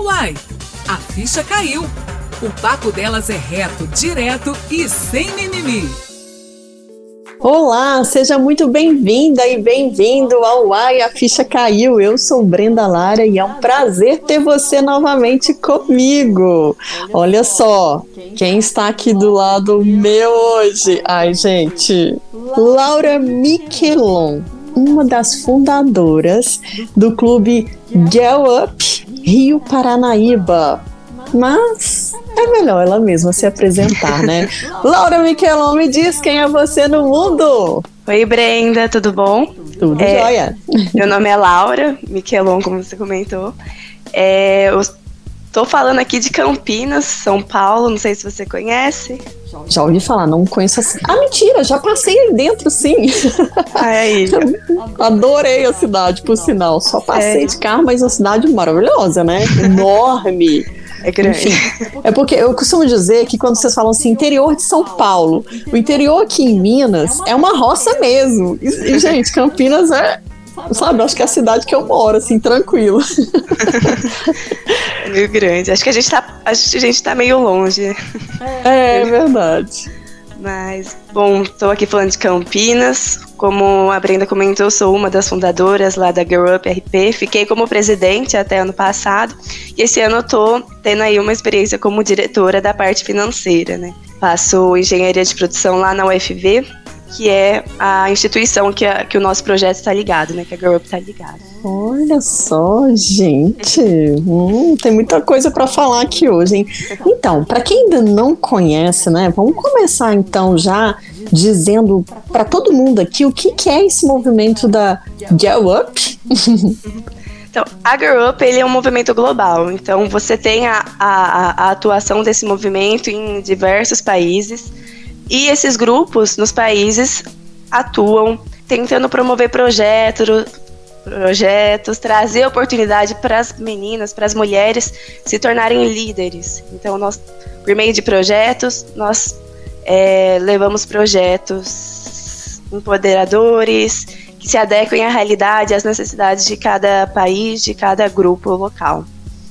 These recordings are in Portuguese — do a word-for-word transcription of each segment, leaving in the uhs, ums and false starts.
Uai, a ficha caiu. O papo delas é reto, direto e sem mimimi. Olá, seja muito bem-vinda e bem-vindo ao Uai, a Ficha Caiu. Eu sou Brenda Lara e é um prazer ter você novamente comigo. Olha só, quem está aqui do lado meu hoje? Ai, gente, Laura Miquelon, uma das fundadoras do clube Girl Up Rio Paranaíba. Mas é melhor ela mesma se apresentar, né? Laura Miquelon, me diz quem é você no mundo. Oi, Brenda, tudo bom? Tudo é, jóia. Meu nome é Laura Miquelon, como você comentou. É, eu tô falando aqui de Campinas, São Paulo, não sei se você conhece. Já ouvi falar, não conheço assim. Ah, mentira, já passei aí dentro, sim. Ah, é aí. Adorei a cidade, por sinal. Só passei é. de carro, mas é uma cidade maravilhosa, né? Enorme. É grande. Enfim, é porque eu costumo dizer que quando vocês falam assim, interior de São Paulo, o interior aqui em Minas é uma roça mesmo. E, e gente, Campinas é, sabe, acho que é a cidade que eu moro, assim, tranquilo. É meio grande. Acho que a gente tá, acho que a gente tá meio longe. É, é verdade. Mas, bom, estou aqui falando de Campinas. Como a Brenda comentou, eu sou uma das fundadoras lá da Girl Up R P. Fiquei como presidente até ano passado. E esse ano eu estou tendo aí uma experiência como diretora da parte financeira, né? Faço engenharia de produção lá na U F V, que é a instituição que, a, que o nosso projeto está ligado, né? Que a Girl Up está ligada. Olha só, gente, hum, tem muita coisa para falar aqui hoje, hein? Então, para quem ainda não conhece, né? Vamos começar então já dizendo para todo mundo aqui o que, que é esse movimento da Girl Up. Então, a Girl Up, ele é um movimento global. Então, você tem a, a, a atuação desse movimento em diversos países. E esses grupos nos países atuam tentando promover projetos, projetos, trazer oportunidade para as meninas, para as mulheres se tornarem líderes. Então, nós, por meio de projetos, nós é, levamos projetos empoderadores que se adequem à realidade, às necessidades de cada país, de cada grupo local.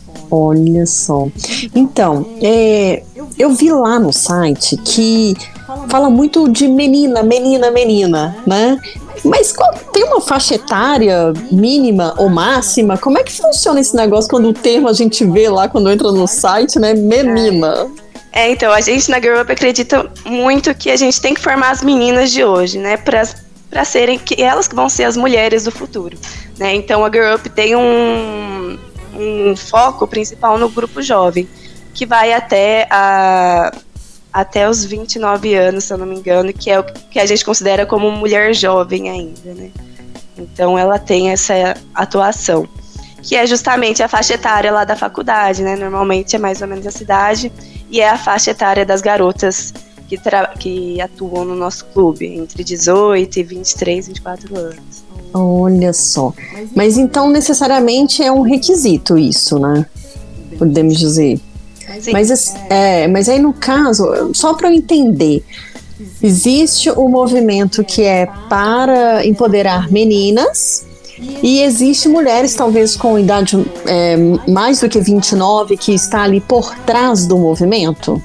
Olha só. Então, é, eu vi lá no site que fala muito de menina, menina, menina, né? Mas qual, tem uma faixa etária mínima ou máxima? Como é que funciona esse negócio quando o termo a gente vê lá, quando entra no site, né? Menina. É, então, a gente na Girl Up acredita muito que a gente tem que formar as meninas de hoje, né? Para para serem, que elas que vão ser as mulheres do futuro, né? Então, a Girl Up tem um... um foco principal no grupo jovem, que vai até, a, até os vinte e nove anos, se eu não me engano, que é o que a gente considera como mulher jovem ainda, né? Então ela tem essa atuação, que é justamente a faixa etária lá da faculdade, né? Normalmente é mais ou menos a cidade, e é a faixa etária das garotas que, tra- que atuam no nosso clube, entre dezoito e vinte e três, vinte e quatro anos. Olha só. Mas então necessariamente é um requisito isso, né? Podemos dizer. Sim. Mas, é, mas aí no caso, só para eu entender, existe o movimento que é para empoderar meninas e existe mulheres talvez com idade é, mais do que vinte e nove que está ali por trás do movimento?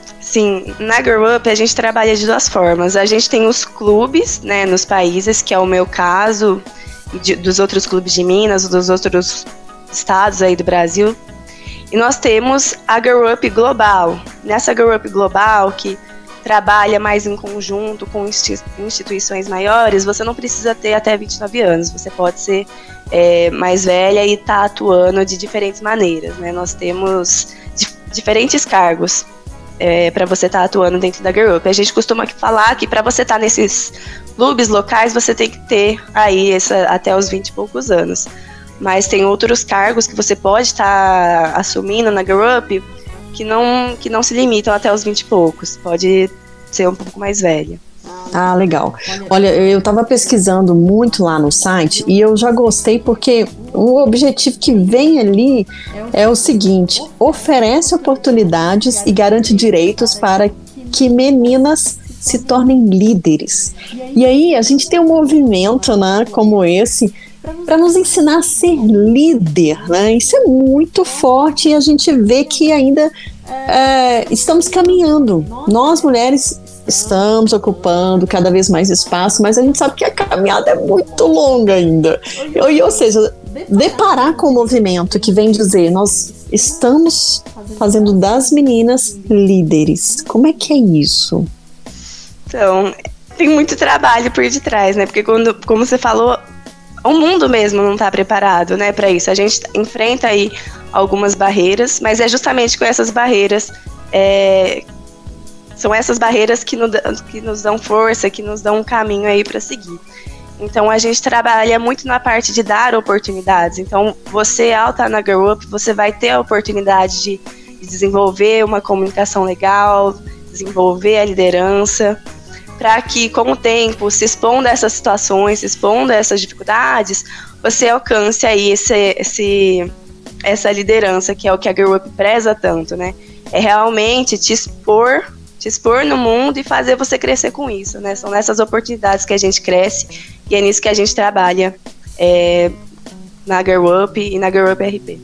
Sim, na Girl Up a gente trabalha de duas formas. A gente tem os clubes, né, nos países, que é o meu caso, e de, dos outros clubes de Minas, dos outros estados aí do Brasil. E nós temos a Girl Up Global. Nessa Girl Up Global, que trabalha mais em conjunto com instituições maiores, você não precisa ter até vinte e nove anos. Você pode ser é, mais velha e estar tá atuando de diferentes maneiras, né? Nós temos dif- diferentes cargos. É, para você estar tá atuando dentro da Girl Up. A gente costuma falar que para você estar tá nesses clubes locais, você tem que ter aí essa, até os vinte e poucos anos. Mas tem outros cargos que você pode estar tá assumindo na Girl Up que não, que não se limitam até os vinte e poucos. Pode ser um pouco mais velha. Ah, legal. Olha, eu estava pesquisando muito lá no site e eu já gostei porque o objetivo que vem ali é o seguinte: oferece oportunidades e garante direitos para que meninas se tornem líderes. E aí a gente tem um movimento, né, como esse para nos ensinar a ser líder, né? Isso é muito forte e a gente vê que ainda é, estamos caminhando. Nós, mulheres, estamos ocupando cada vez mais espaço, mas a gente sabe que a caminhada é muito longa ainda. E, ou seja, deparar com o movimento que vem dizer, nós estamos fazendo das meninas líderes. Como é que é isso? Então, tem muito trabalho por detrás, né? Porque quando, como você falou, o mundo mesmo não está preparado, né, para isso. A gente enfrenta aí algumas barreiras, mas é justamente com essas barreiras, é, são essas barreiras que, no, que nos dão força, que nos dão um caminho aí para seguir. Então a gente trabalha muito na parte de dar oportunidades. Então você, ao estar na Girl Up, você vai ter a oportunidade de, de desenvolver uma comunicação legal, desenvolver a liderança, para que, com o tempo, se expondo a essas situações, se expondo a essas dificuldades, você alcance aí esse, esse, essa liderança, que é o que a Girl Up preza tanto, né? É realmente te expor, te expor no mundo e fazer você crescer com isso, né? São nessas oportunidades que a gente cresce e é nisso que a gente trabalha é, na Girl Up e na Girl Up R P.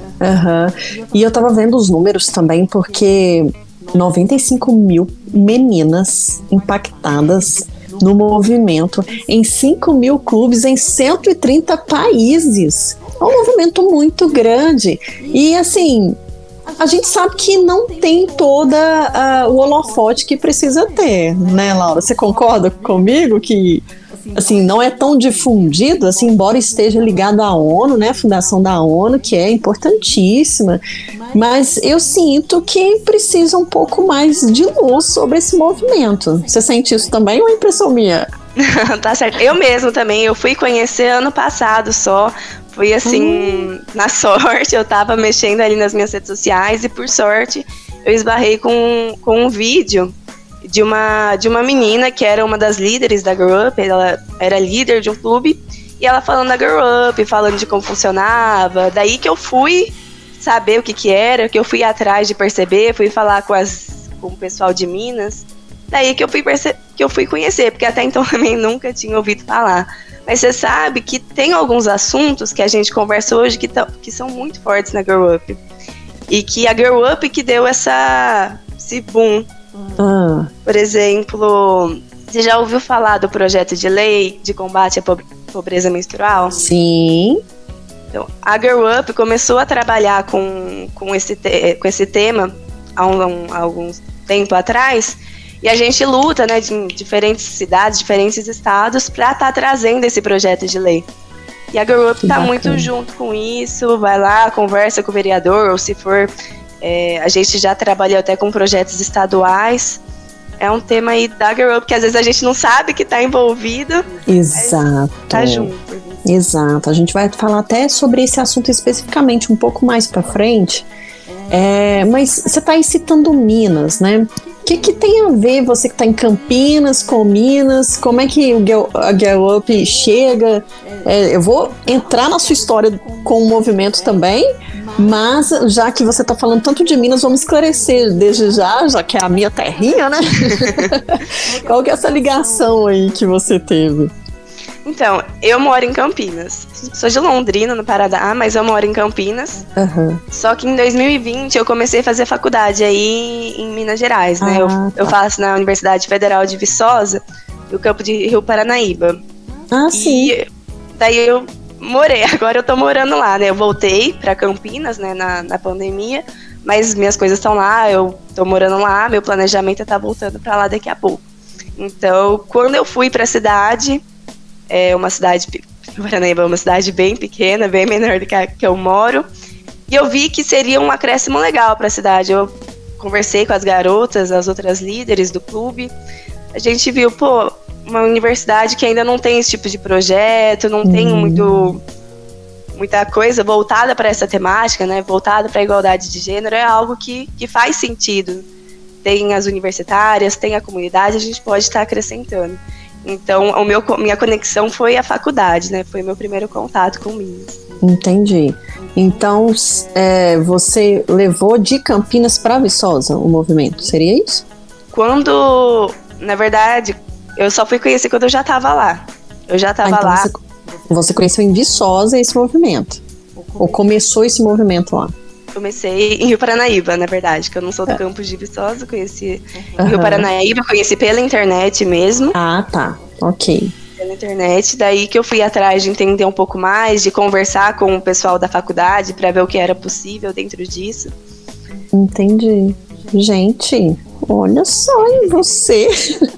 Uhum. E eu tava vendo os números também, porque noventa e cinco mil meninas impactadas no movimento em cinco mil clubes em cento e trinta países. É um movimento muito grande. E assim, a gente sabe que não tem toda uh, o holofote que precisa ter, né, Laura? Você concorda comigo que assim, não é tão difundido, assim, embora esteja ligado à ONU, né, a fundação da ONU, que é importantíssima, mas eu sinto que precisa um pouco mais de luz sobre esse movimento. Você sente isso também ou é impressão minha? Tá certo. Eu mesmo também, eu fui conhecer ano passado só, foi assim, hum. na sorte, eu tava mexendo ali nas minhas redes sociais e por sorte eu esbarrei com, com um vídeo de uma, de uma menina que era uma das líderes da Girl Up, ela era líder de um clube, e ela falando da Girl Up, falando de como funcionava, daí que eu fui saber o que que era, que eu fui atrás de perceber, fui falar com, as, com o pessoal de Minas, daí que eu fui, perce- que eu fui conhecer, porque até então também nunca tinha ouvido falar. Mas você sabe que tem alguns assuntos que a gente conversa hoje que, t- que são muito fortes na Girl Up, e que a Girl Up que deu essa, esse boom. Ah. Por exemplo, você já ouviu falar do projeto de lei de combate à pobreza menstrual? Sim. Então, a Girl Up começou a trabalhar com, com, esse, te, com esse tema há, um, há algum tempo atrás, e a gente luta, né, de diferentes cidades, diferentes estados, para estar tá trazendo esse projeto de lei. E a Girl Up está muito junto com isso, vai lá, conversa com o vereador, ou se for... É, a gente já trabalhou até com projetos estaduais. É um tema aí da Girl Up que às vezes a gente não sabe que está envolvido. Exato. Tá junto. Exato. A gente vai falar até sobre esse assunto especificamente um pouco mais para frente. É, mas você está aí citando Minas, né? O que, que tem a ver você que está em Campinas com Minas? Como é que o Girl, a Girl Up chega? É, eu vou entrar na sua história com o movimento também. Mas, já que você está falando tanto de Minas, vamos esclarecer desde já, já que é a minha terrinha, né? Qual que é essa ligação aí que você teve? Então, eu moro em Campinas. Sou de Londrina, no Paraná, mas eu moro em Campinas. Uhum. Só que em dois mil e vinte eu comecei a fazer faculdade aí em Minas Gerais, né? Ah, eu, tá. eu faço na Universidade Federal de Viçosa, no campo de Rio Paranaíba. Ah, e sim. Daí eu morei, agora eu tô morando lá, né? Eu voltei pra Campinas, né, na, na pandemia, mas minhas coisas estão lá, eu tô morando lá, meu planejamento é tá voltando pra lá daqui a pouco. Então, quando eu fui pra cidade, é uma cidade, Paranaíba é uma cidade bem pequena, bem menor do que a que eu moro, e eu vi que seria um acréscimo legal pra cidade. Eu conversei com as garotas, as outras líderes do clube, a gente viu, pô, uma universidade que ainda não tem esse tipo de projeto, não hum. tem muito, muita coisa voltada para essa temática, né, voltada para a igualdade de gênero, é algo que, que faz sentido. Tem as universitárias, tem a comunidade, a gente pode estar acrescentando. Então, o meu, minha conexão foi a faculdade, né, foi meu primeiro contato com Minas. Entendi. Então, é, você levou de Campinas para Viçosa o movimento, seria isso? Quando, na verdade... Eu só fui conhecer quando eu já tava lá. Eu já tava ah, então lá. Você, Você conheceu em Viçosa esse movimento? Ou começou esse movimento lá? Comecei em Rio Paranaíba, na verdade, que eu não sou do é. campus de Viçosa, conheci uhum. em Rio Paranaíba, conheci pela internet mesmo. Ah, tá, ok. Pela internet, daí que eu fui atrás de entender um pouco mais, de conversar com o pessoal da faculdade para ver o que era possível dentro disso. Entendi. Gente, olha só em você.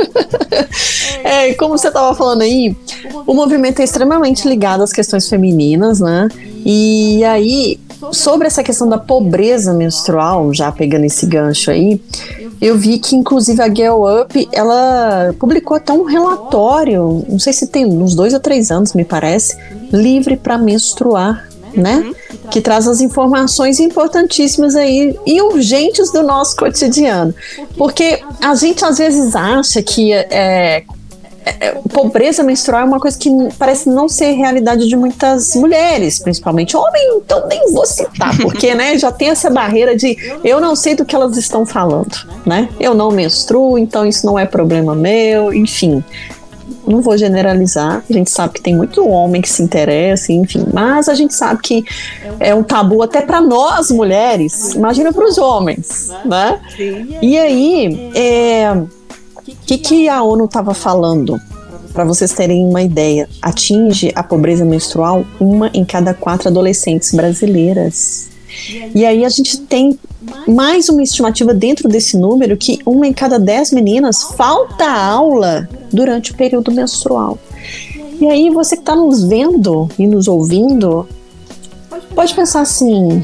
É, como você estava falando aí, o movimento é extremamente ligado às questões femininas, né? E aí, sobre essa questão da pobreza menstrual, já pegando esse gancho aí, eu vi que inclusive a Girl Up, ela publicou até um relatório, não sei se tem uns dois ou três anos, me parece, livre para menstruar, né? Uhum. Que traz as informações importantíssimas aí e urgentes do nosso cotidiano. Porque a gente às vezes acha que é, é, pobreza menstrual é uma coisa que parece não ser realidade de muitas mulheres, principalmente homem, então nem vou citar, porque né, já tem essa barreira de eu não sei do que elas estão falando, né? Eu não menstruo, então isso não é problema meu, enfim. Não vou generalizar, a gente sabe que tem muito homem que se interessa, enfim, mas a gente sabe que é um tabu até para nós mulheres, imagina para os homens, né? E aí, é, o que, que a ONU estava falando? Para vocês terem uma ideia, atinge a pobreza menstrual uma em cada quatro adolescentes brasileiras. E aí a gente tem mais uma estimativa dentro desse número que uma em cada dez meninas falta aula durante o período menstrual. E aí você que está nos vendo e nos ouvindo pode pensar assim,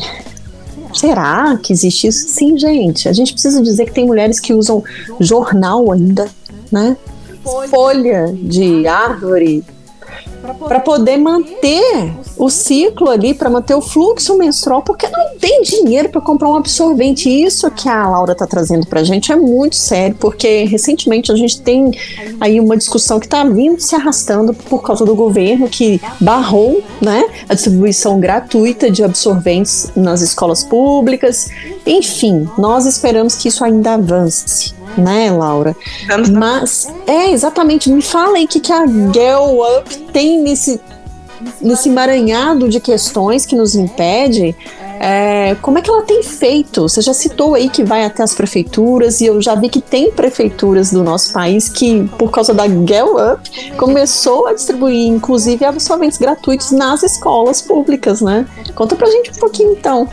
será que existe isso? Sim, gente, a gente precisa dizer que tem mulheres que usam jornal ainda, né? Folha de árvore para poder manter o ciclo ali, para manter o fluxo menstrual, porque não tem dinheiro para comprar um absorvente. Isso que a Laura está trazendo para a gente é muito sério, porque recentemente a gente tem aí uma discussão que está vindo se arrastando por causa do governo que barrou, né, a distribuição gratuita de absorventes nas escolas públicas. Enfim, nós esperamos que isso ainda avance, né, Laura? Mas, é, exatamente, me fala aí o que, que a Girl Up tem nesse, nesse emaranhado de questões que nos impede. É, como é que ela tem feito? Você já citou aí que vai até as prefeituras, e eu já vi que tem prefeituras do nosso país que, por causa da Girl Up, começou a distribuir, inclusive, absorventes gratuitos nas escolas públicas, né? Conta pra gente um pouquinho, então.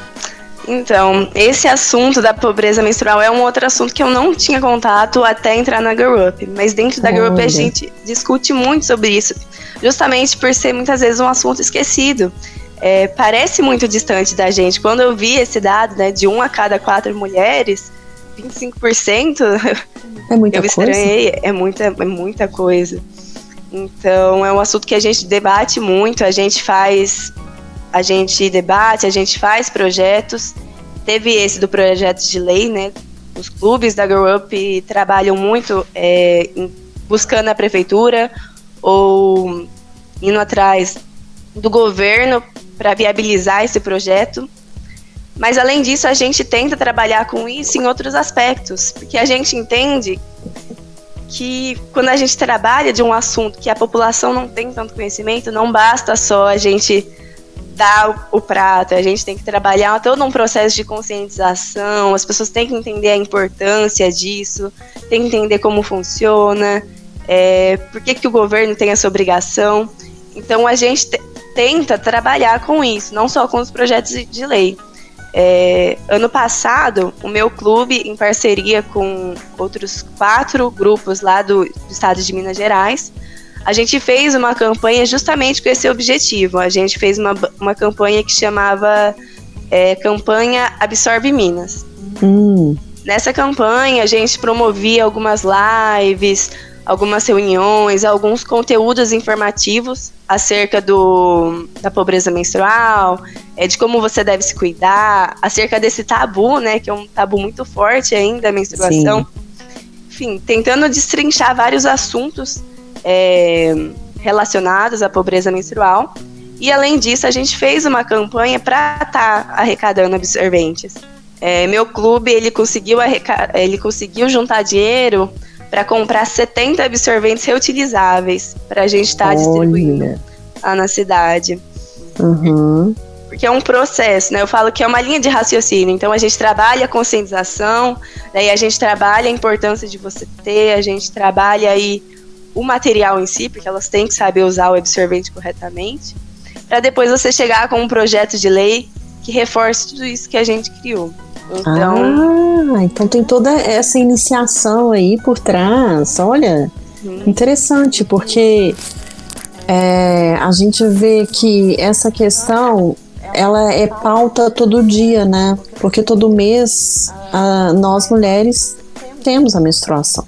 Então, esse assunto da pobreza menstrual é um outro assunto que eu não tinha contato até entrar na Girl Up. Mas dentro da Girl Up a gente discute muito sobre isso, justamente por ser muitas vezes um assunto esquecido. É, parece muito distante da gente. Quando eu vi esse dado, né, de uma a cada quatro mulheres, vinte e cinco por cento, é muita eu estranhei, coisa. É muita, é muita coisa. Então, é um assunto que a gente debate muito, a gente faz... A gente debate, a gente faz projetos. Teve esse do projeto de lei, né? Os clubes da Girl Up trabalham muito é, em, buscando a prefeitura ou indo atrás do governo para viabilizar esse projeto. Mas, além disso, a gente tenta trabalhar com isso em outros aspectos, porque a gente entende que quando a gente trabalha de um assunto que a população não tem tanto conhecimento, não basta só a gente dar o prato, a gente tem que trabalhar todo um processo de conscientização, as pessoas têm que entender a importância disso, têm que entender como funciona, é, por que, que o governo tem essa obrigação. Então a gente te, tenta trabalhar com isso, não só com os projetos de, de lei. É, ano passado, o meu clube, em parceria com outros quatro grupos lá do, do estado de Minas Gerais, a gente fez uma campanha justamente com esse objetivo. A gente fez uma, uma campanha que chamava é, Campanha Absorve Minas. Hum. Nessa campanha, a gente promovia algumas lives, algumas reuniões, alguns conteúdos informativos acerca do, da pobreza menstrual, é, de como você deve se cuidar, acerca desse tabu, né, que é um tabu muito forte ainda, a menstruação. Sim. Enfim, tentando destrinchar vários assuntos É, relacionados à pobreza menstrual. E além disso, a gente fez uma campanha para estar tá arrecadando absorventes. É, meu clube ele conseguiu, arreca- ele conseguiu juntar dinheiro para comprar setenta absorventes reutilizáveis para a gente estar tá distribuindo lá na cidade. Uhum. Porque é um processo, né? Eu falo que é uma linha de raciocínio. Então, a gente trabalha a conscientização, daí a gente trabalha a importância de você ter, a gente trabalha aí o material em si, porque elas têm que saber usar o absorvente corretamente, para depois você chegar com um projeto de lei que reforce tudo isso que a gente criou. Então, ah, então tem toda essa iniciação aí por trás. Olha, hum. interessante, porque é, a gente vê que essa questão ela é pauta todo dia, né? Porque todo mês ah, nós mulheres temos a menstruação.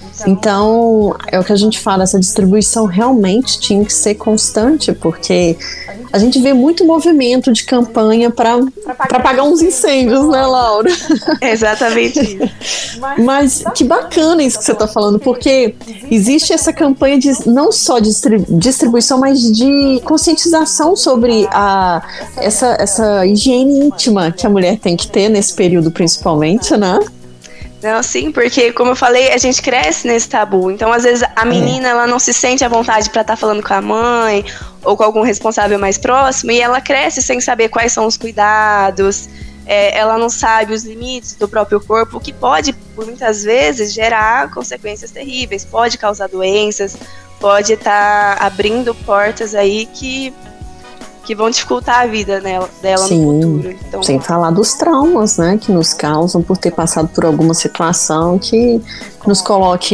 Então, é o que a gente fala, essa distribuição realmente tinha que ser constante, porque a gente vê muito movimento de campanha para apagar uns incêndios, né, Laura? Exatamente isso. Mas que bacana isso que você está falando, porque existe essa campanha de não só de distribuição, mas de conscientização sobre a, essa, essa higiene íntima que a mulher tem que ter nesse período, principalmente, né? Não, sim, porque como eu falei, a gente cresce nesse tabu. Então, às vezes, a menina ela não se sente à vontade para estar tá falando com a mãe ou com algum responsável mais próximo, e ela cresce sem saber quais são os cuidados, é, ela não sabe os limites do próprio corpo, o que pode, por muitas vezes, gerar consequências terríveis, pode causar doenças, pode estar tá abrindo portas aí que... que vão dificultar a vida nela, dela Sim, no futuro. Então, sem falar dos traumas, né, que nos causam por ter passado por alguma situação que nos coloque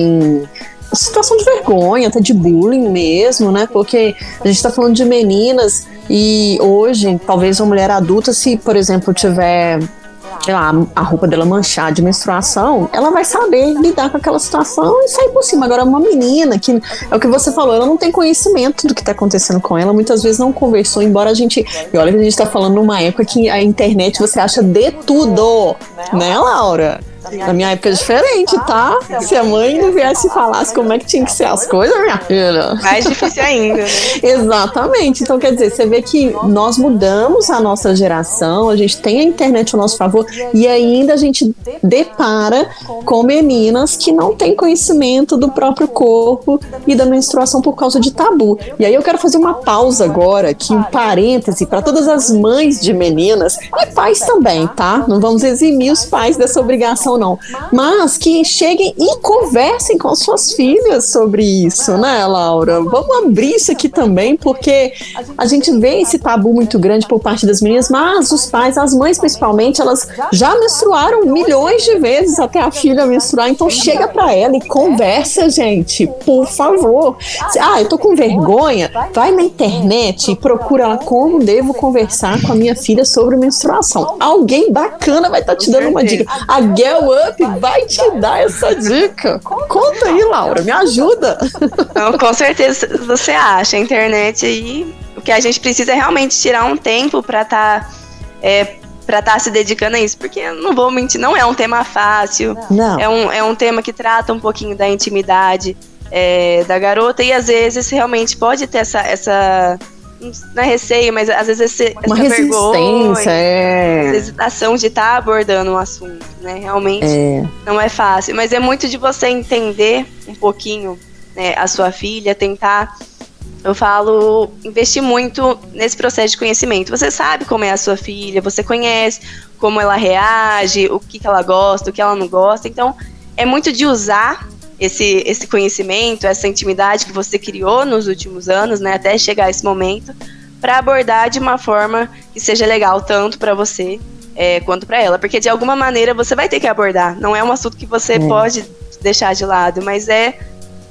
em situação de vergonha, até de bullying mesmo, né, porque a gente está falando de meninas e hoje, talvez uma mulher adulta, se, por exemplo, tiver... sei lá, a roupa dela manchar de menstruação, ela vai saber lidar com aquela situação e sair por cima. Agora, uma menina, que é o que você falou, ela não tem conhecimento do que está acontecendo com ela, muitas vezes não conversou, embora a gente, e olha que a gente está falando numa época que a internet você acha de tudo, né, Laura? Na minha época é diferente, tá? Se a mãe não viesse e falasse como é que tinha que ser as coisas, minha filha. Mais difícil ainda, né? Exatamente. Então, quer dizer, você vê que nós mudamos a nossa geração, a gente tem a internet ao nosso favor e ainda a gente depara com meninas que não têm conhecimento do próprio corpo e da menstruação por causa de tabu. E aí eu quero fazer uma pausa agora, aqui um parêntese para todas as mães de meninas e pais também, tá? Não vamos eximir os pais dessa obrigação não, mas que cheguem e conversem com suas filhas sobre isso, né, Laura? Vamos abrir isso aqui também, porque a gente vê esse tabu muito grande por parte das meninas, mas os pais, as mães principalmente, elas já menstruaram milhões de vezes até a filha menstruar, então chega pra ela e conversa, gente, por favor. Ah, eu tô com vergonha, vai na internet e procura lá como devo conversar com a minha filha sobre menstruação. Alguém bacana vai estar tá te dando uma dica. A Girl Up vai te dar essa dica. Conta aí, Laura, me ajuda. Não, com certeza você acha. A internet aí, o que a gente precisa é realmente tirar um tempo pra tá, é, pra tá se dedicando a isso, porque não vou mentir, não é um tema fácil. Não. É um, é um tema que trata um pouquinho da intimidade é, da garota e às vezes realmente pode ter essa... essa não é receio, mas às vezes esse, uma essa resistência, vergonha, é... essa hesitação de estar tá abordando um assunto, né? Realmente é. não é fácil, mas é muito de você entender um pouquinho, né, a sua filha, tentar, eu falo, investir muito nesse processo de conhecimento. Você sabe como é a sua filha, você conhece como ela reage, o que, que ela gosta, o que ela não gosta, então é muito de usar Esse, esse conhecimento, essa intimidade que você criou nos últimos anos, né, até chegar a esse momento, para abordar de uma forma que seja legal tanto para você é, quanto para ela, porque de alguma maneira você vai ter que abordar, não é um assunto que você é. pode deixar de lado, mas é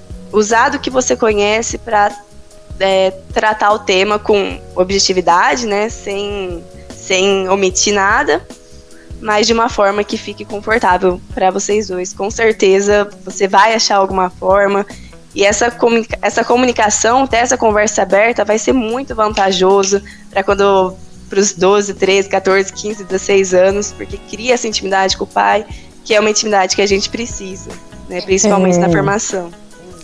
usar do que você conhece para é, tratar o tema com objetividade, né, sem, sem omitir nada, mas de uma forma que fique confortável para vocês dois. Com certeza você vai achar alguma forma, e essa, comunica- essa comunicação, ter essa conversa aberta vai ser muito vantajoso para quando para os doze, treze, quatorze, quinze, dezesseis anos, porque cria essa intimidade com o pai, que é uma intimidade que a gente precisa, né, principalmente é. na formação.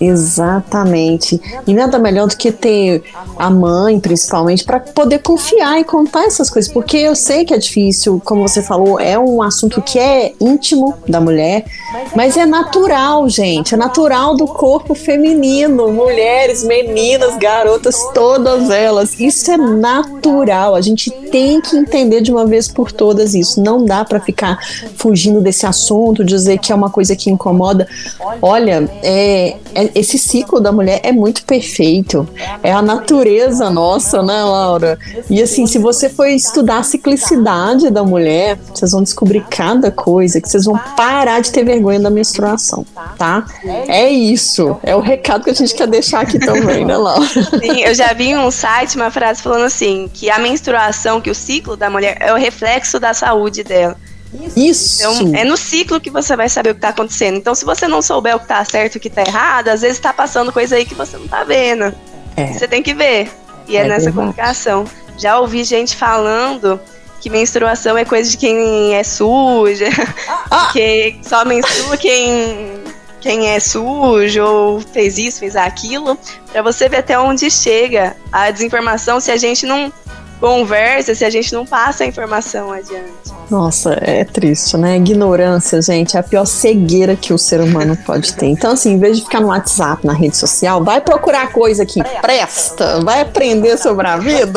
Exatamente. E nada melhor do que ter a mãe, principalmente, para poder confiar e contar essas coisas. Porque eu sei que é difícil, como você falou, é um assunto que é íntimo da mulher, mas é natural, gente. É natural do corpo feminino. Mulheres, meninas, garotas, todas elas. Isso é natural. A gente tem que entender de uma vez por todas isso. Não dá para ficar fugindo desse assunto, dizer que é uma coisa que incomoda. Olha, é, é, esse ciclo da mulher é muito perfeito. É a natureza nossa, né, Laura? E assim, se você for estudar a ciclicidade da mulher, vocês vão descobrir cada coisa, que vocês vão parar de ter vergonha da menstruação, tá? É isso. É o recado que a gente quer deixar aqui também, né, Laura? Sim, eu já vi em um site uma frase falando assim, que a menstruação, que o ciclo da mulher é o reflexo da saúde dela. Isso. Então, é no ciclo que você vai saber o que está acontecendo. Então, se você não souber o que está certo e o que está errado, às vezes está passando coisa aí que você não está vendo. É. Você tem que ver. E é, é nessa verdade. Comunicação. Já ouvi gente falando que menstruação é coisa de quem é suja, ah. que só menstrua quem, quem é sujo, ou fez isso, fez aquilo. Para você ver até onde chega a desinformação se a gente não conversa, se a gente não passa a informação adiante. Nossa, é triste, né? Ignorância, gente, é a pior cegueira que o ser humano pode ter. Então, assim, em vez de ficar no WhatsApp, na rede social, vai procurar coisa que presta, vai aprender sobre a vida.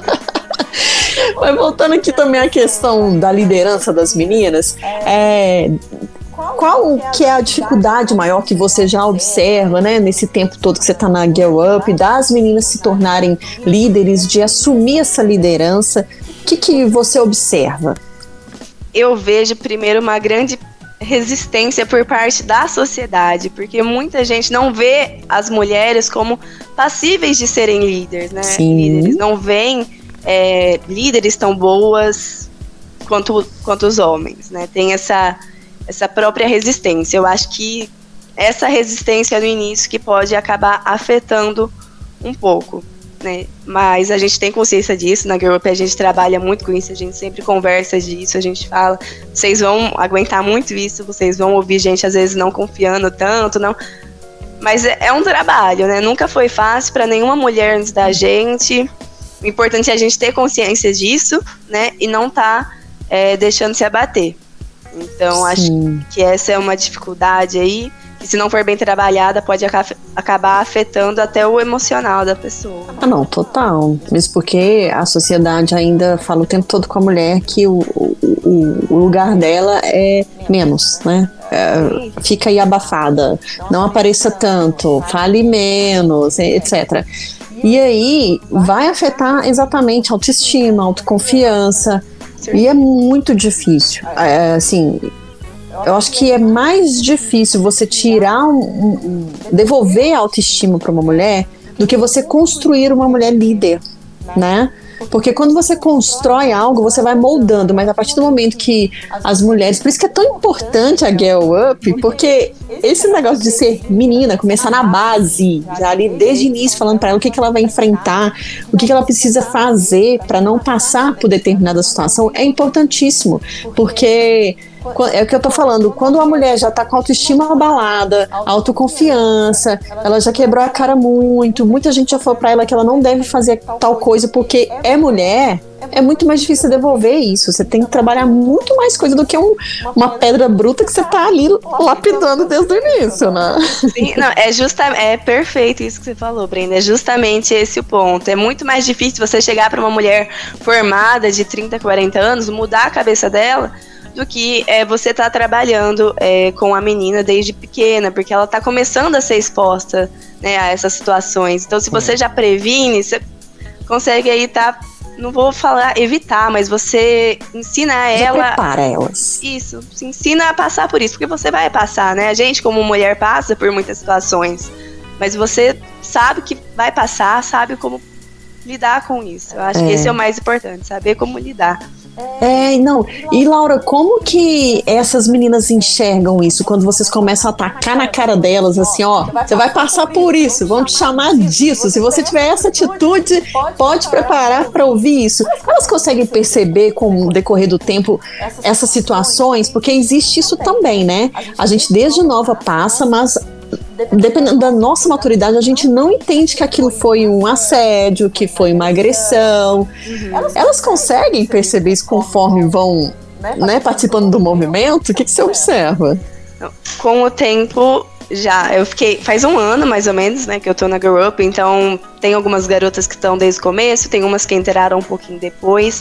Mas voltando aqui também à questão da liderança das meninas, é... qual que é a dificuldade maior que você já observa, né, nesse tempo todo que você está na Girl Up, das meninas se tornarem líderes, de assumir essa liderança? O que, que você observa? Eu vejo primeiro uma grande resistência por parte da sociedade, porque muita gente não vê as mulheres como passíveis de serem líderes, né? Sim. Líderes não veem é, líderes tão boas quanto, quanto os homens, né? Tem essa, essa própria resistência. Eu acho que essa resistência no início que pode acabar afetando um pouco, né? Mas a gente tem consciência disso, na Girl Up a gente trabalha muito com isso, a gente sempre conversa disso, a gente fala, vocês vão aguentar muito isso, vocês vão ouvir gente às vezes não confiando tanto, não, mas é, é um trabalho, né? Nunca foi fácil para nenhuma mulher antes da gente. O importante é a gente ter consciência disso, né? E não tá é, deixando se abater. Então, Sim. acho que essa é uma dificuldade aí, que se não for bem trabalhada, pode aca- acabar afetando até o emocional da pessoa. Ah, não, total. Mesmo porque a sociedade ainda fala o tempo todo com a mulher que o, o, o lugar dela é menos, né? É, fica aí abafada, não apareça tanto, fale menos, etcétera. E aí vai afetar exatamente a autoestima, a autoconfiança, e é muito difícil. É, assim, eu acho que é mais difícil você tirar um, um, devolver a autoestima para uma mulher do que você construir uma mulher líder, né? Porque quando você constrói algo, você vai moldando, mas a partir do momento que as mulheres... Por isso que é tão importante a Girl Up, porque esse negócio de ser menina, começar na base, já ali desde o início, falando para ela o que, que ela vai enfrentar, o que, que ela precisa fazer para não passar por determinada situação, é importantíssimo, porque... É o que eu tô falando, quando uma mulher já tá com a autoestima abalada, autoconfiança, ela já quebrou a cara muito, muita gente já falou pra ela que ela não deve fazer tal coisa porque é mulher, é muito mais difícil devolver isso. Você tem que trabalhar muito mais coisa do que um, uma pedra bruta que você tá ali lapidando desde o início, né? Sim, não, é, justa, é perfeito isso que você falou, Brenda, é justamente esse o ponto. É muito mais difícil você chegar pra uma mulher formada de trinta, quarenta anos, mudar a cabeça dela, do que é, você tá trabalhando é, com a menina desde pequena, porque ela tá começando a ser exposta, né, a essas situações. Então, se você já previne, você consegue aí tá, não vou falar evitar, mas você ensina ela... Prepara elas. Isso, se ensina a passar por isso, porque você vai passar, né? A gente, como mulher, passa por muitas situações, mas você sabe que vai passar, sabe como lidar com isso. Eu acho é. que esse é o mais importante, saber como lidar. É, não. E Laura, como que essas meninas enxergam isso quando vocês começam a atacar na cara delas, assim, ó, você vai passar por isso, vão te chamar disso, se você tiver essa atitude, pode preparar para ouvir isso. Elas conseguem perceber com o decorrer do tempo essas situações, porque existe isso também, né? A gente desde nova passa, mas dependendo da nossa maturidade, a gente não entende que aquilo foi um assédio, que foi uma agressão. Uhum. Elas, elas conseguem perceber isso conforme vão, né, participando do movimento? O que, que você observa? Com o tempo, já, eu fiquei, faz um ano mais ou menos, né, que eu tô na Girl Up, então tem algumas garotas que estão desde o começo, tem umas que entraram um pouquinho depois.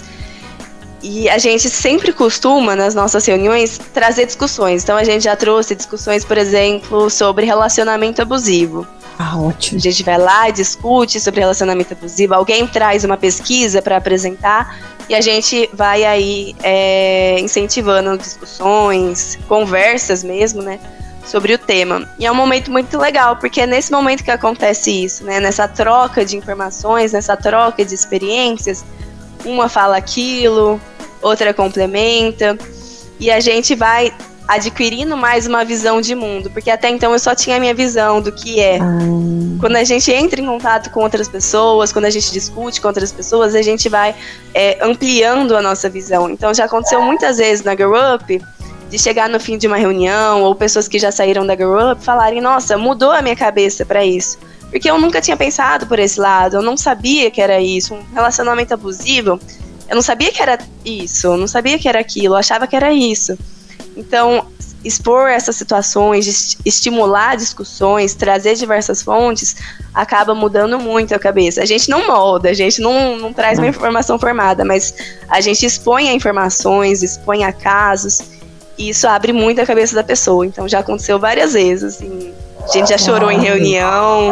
E a gente sempre costuma, nas nossas reuniões, trazer discussões. Então a gente já trouxe discussões, por exemplo, sobre relacionamento abusivo. Ah, ótimo. A gente vai lá e discute sobre relacionamento abusivo. Alguém traz uma pesquisa para apresentar e a gente vai aí é, incentivando discussões, conversas mesmo, né, sobre o tema. E é um momento muito legal, porque é nesse momento que acontece isso, né, nessa troca de informações, nessa troca de experiências. Uma fala aquilo, outra complementa, e a gente vai adquirindo mais uma visão de mundo, porque até então eu só tinha a minha visão do que é. Hum. Quando a gente entra em contato com outras pessoas, quando a gente discute com outras pessoas, a gente vai é, ampliando a nossa visão. Então já aconteceu muitas vezes na Girl Up, de chegar no fim de uma reunião, ou pessoas que já saíram da Girl Up falarem, nossa, mudou a minha cabeça para isso. Porque eu nunca tinha pensado por esse lado, eu não sabia que era isso. Um relacionamento abusivo, eu não sabia que era isso, eu não sabia que era aquilo, eu achava que era isso. Então, expor essas situações, estimular discussões, trazer diversas fontes, acaba mudando muito a cabeça. A gente não molda, a gente não, não traz uma informação formada, mas a gente expõe a informações, expõe a casos, e isso abre muito a cabeça da pessoa. Então, já aconteceu várias vezes, assim... A gente já chorou em reunião,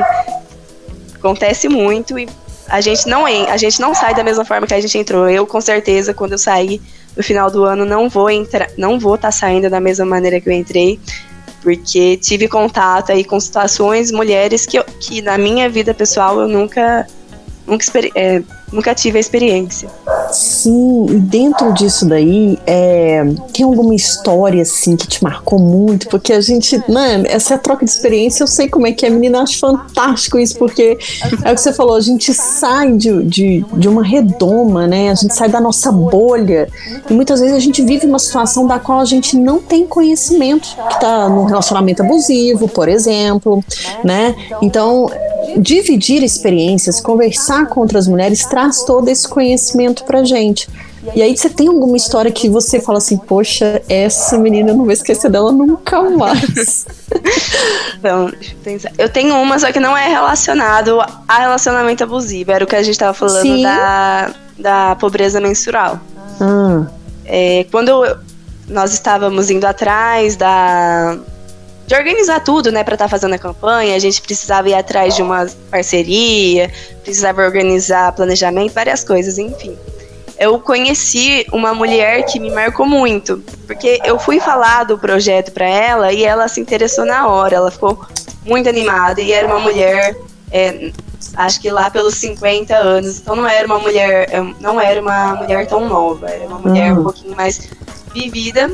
acontece muito e a gente não a gente não sai da mesma forma que a gente entrou. Eu, com certeza, quando eu sair no final do ano, não vou entrar, não vou estar tá saindo da mesma maneira que eu entrei, porque tive contato aí com situações, mulheres que, eu, que na minha vida pessoal eu nunca, nunca, é, nunca tive a experiência. Sim, e dentro disso daí, é, tem alguma história assim que te marcou muito? Porque a gente, né, essa é a troca de experiência, eu sei como é que é, menina, acho fantástico isso, porque é o que você falou, a gente sai de, de, de uma redoma, né, a gente sai da nossa bolha, e muitas vezes a gente vive uma situação da qual a gente não tem conhecimento, que tá no relacionamento abusivo, por exemplo, né, então dividir experiências, conversar com outras mulheres traz todo esse conhecimento pra gente. E aí você tem alguma história que você fala assim, poxa, essa menina, eu não vou esquecer dela nunca mais. Então, deixa eu pensar. Eu tenho uma, só que não é relacionado a relacionamento abusivo. Era o que a gente tava falando da, da pobreza menstrual. Ah. É, quando eu, nós estávamos indo atrás da... de organizar tudo, né, pra estar tá fazendo a campanha, a gente precisava ir atrás de uma parceria, precisava organizar planejamento, várias coisas, enfim. Eu conheci uma mulher que me marcou muito, porque eu fui falar do projeto pra ela e ela se interessou na hora, ela ficou muito animada e era uma mulher, é, acho que lá pelos cinquenta anos, então não era uma mulher, não era uma mulher tão nova, era uma mulher uhum. um pouquinho mais vivida.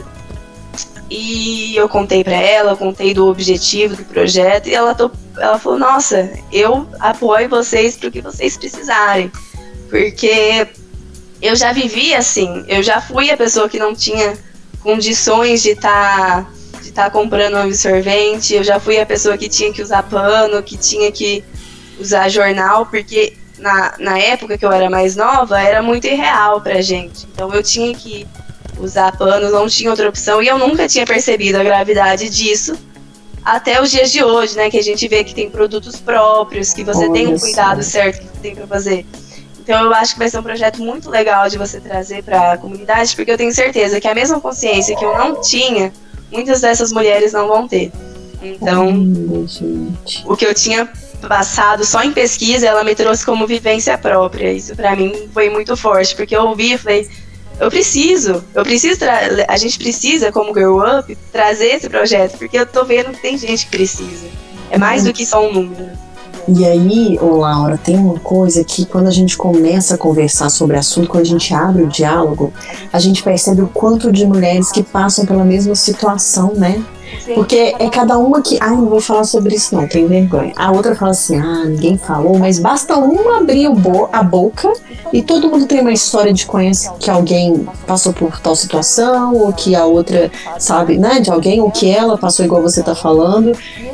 E eu contei pra ela, eu contei do objetivo do projeto e ela, to- ela falou, nossa, eu apoio vocês pro que vocês precisarem, porque eu já vivi assim, eu já fui a pessoa que não tinha condições de estar tá, de tá comprando um absorvente, eu já fui a pessoa que tinha que usar pano, que tinha que usar jornal, porque na, na época que eu era mais nova, era muito irreal pra gente, então eu tinha que usar panos, não tinha outra opção, e eu nunca tinha percebido a gravidade disso até os dias de hoje, né, que a gente vê que tem produtos próprios, que você Olha tem um cuidado sim. certo que tem para fazer. Então eu acho que vai ser um projeto muito legal de você trazer para a comunidade, porque eu tenho certeza que a mesma consciência que eu não tinha, muitas dessas mulheres não vão ter. Então, Olha, o que eu tinha passado só em pesquisa, ela me trouxe como vivência própria. Isso para mim foi muito forte, porque eu ouvi e falei, eu preciso, eu preciso tra- a gente precisa, como Girl Up, trazer esse projeto, porque eu tô vendo que tem gente que precisa. É mais do que só um número. E aí, ô Laura, tem uma coisa que quando a gente começa a conversar sobre o assunto, quando a gente abre o diálogo, a gente percebe o quanto de mulheres que passam pela mesma situação, né? Sim. Porque é cada uma que, ah, não vou falar sobre isso não, tenho vergonha. A outra fala assim, ah, ninguém falou, mas basta uma abrir o bo- a boca e todo mundo tem uma história de conhecer que alguém passou por tal situação, ou que a outra sabe, né, de alguém, ou que ela passou igual você tá falando.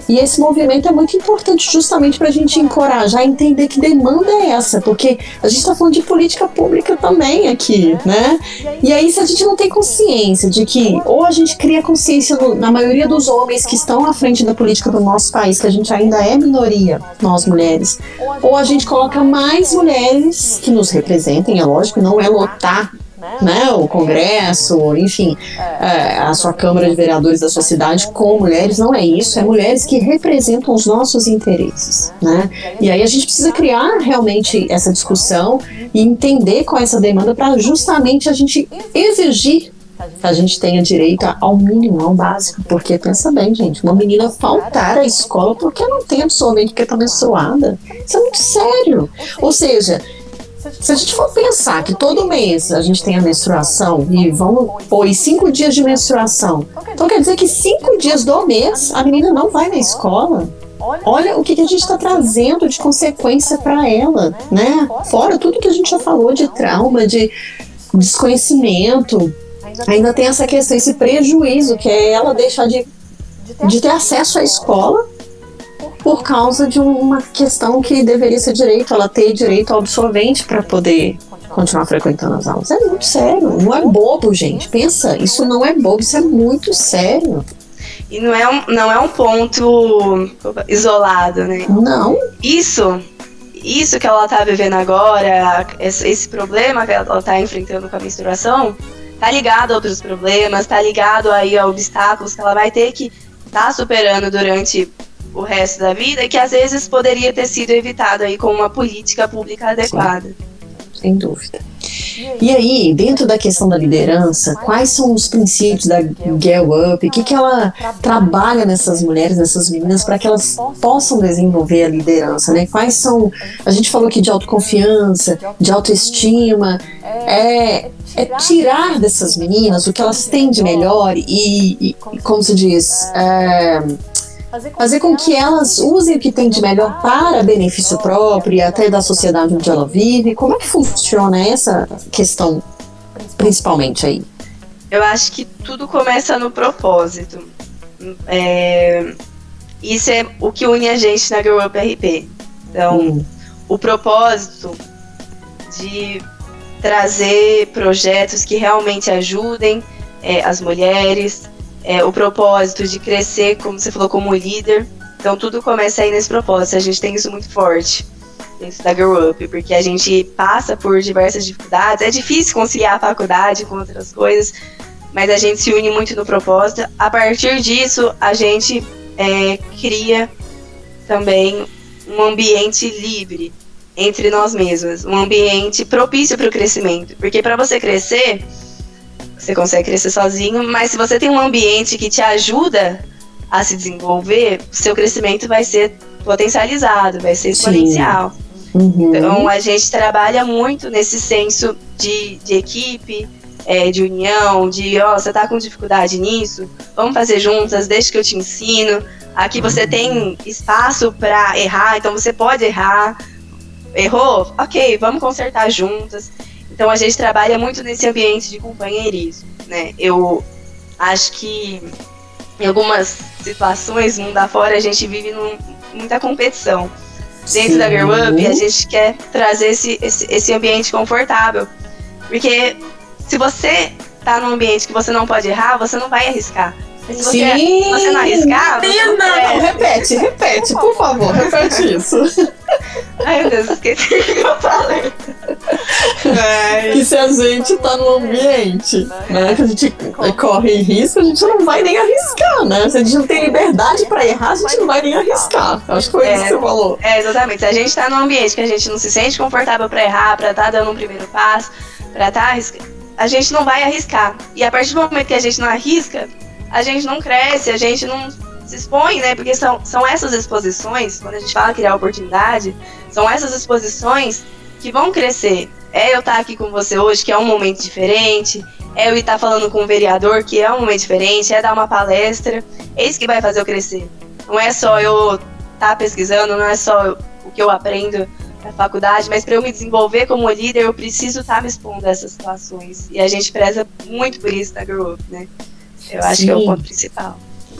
E esse movimento é muito importante justamente para a gente encorajar, entender que demanda é essa, porque a gente está falando de política pública também aqui, né? E aí, se a gente não tem consciência de que, ou a gente cria consciência no, na maioria dos homens que estão à frente da política do nosso país, que a gente ainda é minoria, nós mulheres, ou a gente coloca mais mulheres que nos representem, é lógico, não é lotar, né, o Congresso, enfim, é, a sua Câmara de Vereadores da sua cidade com mulheres, não é isso, é mulheres que representam os nossos interesses, né? E aí a gente precisa criar realmente essa discussão e entender qual é essa demanda para justamente a gente exigir que a gente tenha direito ao mínimo, ao básico, porque pensa bem, gente, uma menina faltar à escola porque não tem absorvente, porque está menstruada, isso é muito sério. Ou seja, se a gente for pensar que todo mês a gente tem a menstruação e vamos pôr cinco dias de menstruação, então quer dizer que cinco dias do mês a menina não vai na escola. Olha o que, que a gente está trazendo de consequência para ela, né? Fora tudo que a gente já falou de trauma, de desconhecimento, ainda tem essa questão, esse prejuízo que é ela deixar de, de ter acesso à escola por causa de uma questão que deveria ser direito, ela ter direito ao absorvente para poder continuar frequentando as aulas. É muito sério, não é bobo, gente. Pensa, isso não é bobo, isso é muito sério. E não é um, não é um ponto isolado, né? Não. Isso, isso que ela tá vivendo agora, esse, esse problema que ela tá enfrentando com a menstruação, tá ligado a outros problemas, tá ligado aí a obstáculos que ela vai ter que tá superando durante o resto da vida e que às vezes poderia ter sido evitado aí com uma política pública adequada. Sim, sem dúvida. E aí, dentro da questão da liderança, quais são os princípios da Girl Up? O que, que ela trabalha nessas mulheres, nessas meninas, para que elas possam desenvolver a liderança, né? Quais são, a gente falou aqui de autoconfiança, de autoestima, é, é tirar dessas meninas o que elas têm de melhor e, e como se diz, é, fazer com que elas usem o que tem de melhor para benefício próprio e até da sociedade onde ela vive. Como é que funciona essa questão, principalmente aí? Eu acho que tudo começa no propósito. É, isso é o que une a gente na Girl Up R P. Então, hum. o propósito de trazer projetos que realmente ajudem é, as mulheres, É, o propósito de crescer, como você falou, como líder. Então tudo começa aí nesse propósito. A gente tem isso muito forte dentro da Girl Up, porque a gente passa por diversas dificuldades. É difícil conciliar a faculdade com outras coisas, mas a gente se une muito no propósito. A partir disso, a gente é, cria também um ambiente livre entre nós mesmas, um ambiente propício para o crescimento. Porque para você crescer, você consegue crescer sozinho, mas se você tem um ambiente que te ajuda a se desenvolver, seu crescimento vai ser potencializado, vai ser exponencial. Uhum. Então a gente trabalha muito nesse senso de, de equipe, é, de união, de ó, oh, você tá com dificuldade nisso, vamos fazer juntas, deixa que eu te ensino. Aqui você tem espaço para errar, então você pode errar. Errou? Ok, vamos consertar juntas. Então a gente trabalha muito nesse ambiente de companheirismo, né? Eu acho que em algumas situações, mundo afora, a gente vive num, muita competição. Dentro Sim. da Girl Up, a gente quer trazer esse, esse, esse ambiente confortável. Porque se você tá num ambiente que você não pode errar, você não vai arriscar. Se você, Sim. se você não arriscar, você não, não, não, repete, repete, por favor, repete isso. Ai, meu Deus, esqueci o que eu falei. É, que se a gente tá num ambiente, né, que a gente corre risco, a gente não vai nem arriscar, né? Se a gente não tem liberdade pra errar, a gente não vai nem arriscar. Acho que foi é, isso que você falou. É, exatamente. Se a gente tá num ambiente que a gente não se sente confortável pra errar, pra tá dando um primeiro passo, pra tá arriscando, a gente não vai arriscar. E a partir do momento que a gente não arrisca, a gente não cresce, a gente não se expõe, né? Porque são, são essas exposições, quando a gente fala criar oportunidade, são essas exposições que vão crescer. É eu estar aqui com você hoje, que é um momento diferente, é eu estar falando com um vereador, que é um momento diferente, é dar uma palestra, é isso que vai fazer eu crescer. Não é só eu estar pesquisando, não é só o que eu aprendo na faculdade, mas para eu me desenvolver como líder, eu preciso estar me expondo a essas situações. E a gente preza muito por isso na Girl Up, né? Eu acho Sim. que é o ponto principal.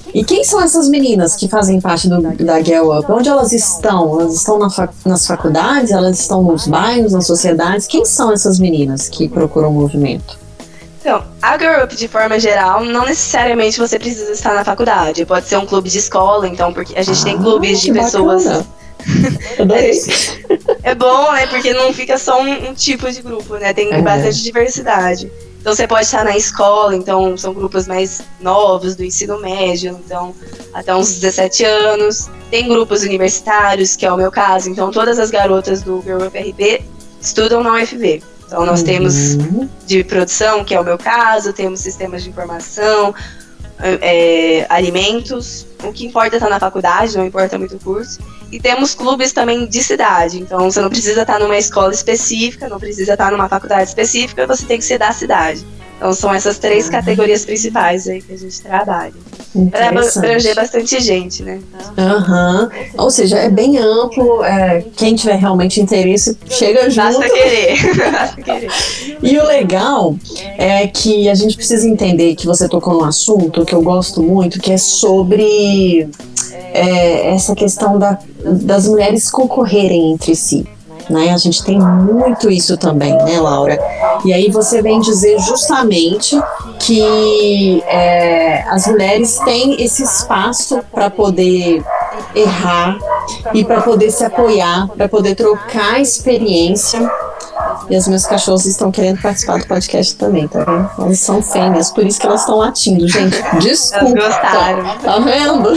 E quem são essas meninas que fazem parte do, da Girl Up? Onde elas estão? Elas estão na fac, nas faculdades? Elas estão nos bairros, nas sociedades? Quem são essas meninas que procuram movimento? Então, a Girl Up, de forma geral, não necessariamente você precisa estar na faculdade. Pode ser um clube de escola, então, porque a gente ah, tem clubes de pessoas... Adorei. É bom, né? Porque não fica só um, um tipo de grupo, né? Tem é. bastante diversidade. Então você pode estar na escola, então são grupos mais novos, do ensino médio, então até uns dezessete anos. Tem grupos universitários, que é o meu caso, então todas as garotas do Girl Up R B estudam na U F B. Então nós uhum. temos de produção, que é o meu caso, temos sistemas de informação, é, alimentos. O que importa é estar na faculdade, não importa muito o curso. E temos clubes também de cidade, então você não precisa estar numa escola específica, não precisa estar numa faculdade específica, você tem que ser da cidade. Então são essas três uhum. categorias principais aí que a gente trabalha. Para abranger bastante gente, né? Uhum. Ou seja, é bem amplo, é, quem tiver realmente interesse, chega junto. Basta querer. Basta querer. E o legal é que a gente precisa entender que você tocou num assunto que eu gosto muito, que é sobre é, essa questão da, das mulheres concorrerem entre si. Né? A gente tem muito isso também, né, Laura? E aí você vem dizer justamente que é, as mulheres têm esse espaço para poder errar e para poder se apoiar, para poder trocar experiência. E as minhas cachorras estão querendo participar do podcast também, tá vendo? Elas são fêmeas, por isso que elas estão latindo, gente. Desculpa. Elas gostaram. Tá vendo?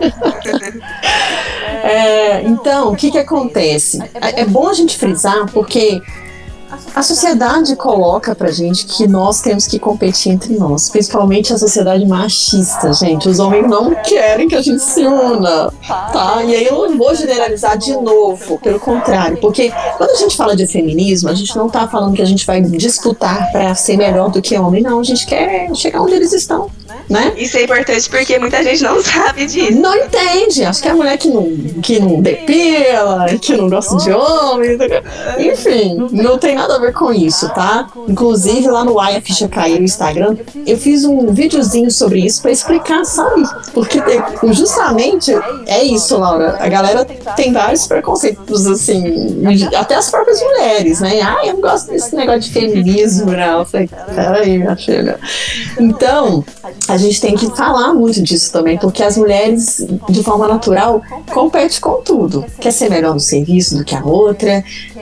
É, então, o que que acontece? É, é bom a gente frisar porque a sociedade coloca pra gente que nós temos que competir entre nós, principalmente a sociedade machista, gente. Os homens não querem que a gente se una, tá? E aí eu não vou generalizar de novo, pelo contrário, porque quando a gente fala de feminismo, a gente não tá falando que a gente vai disputar pra ser melhor do que homem, não. A gente quer chegar onde eles estão, né? Isso é importante porque muita gente não sabe disso. Não entende. Acho que é a mulher que não, que não depila, que não gosta de homem, enfim, não tem nada a ver com isso, tá? Inclusive lá no Ai, a Ficha Caiu no Instagram, eu fiz um videozinho sobre isso pra explicar, sabe? Porque justamente é isso, Laura. A galera tem vários preconceitos, assim, até as próprias mulheres, né? Ah, eu não gosto desse negócio de feminismo, não. Eu falei, peraí, minha filha. Então, a gente tem que falar muito disso também, porque as mulheres, de forma natural, competem com tudo. Quer ser melhor no serviço do que a outra,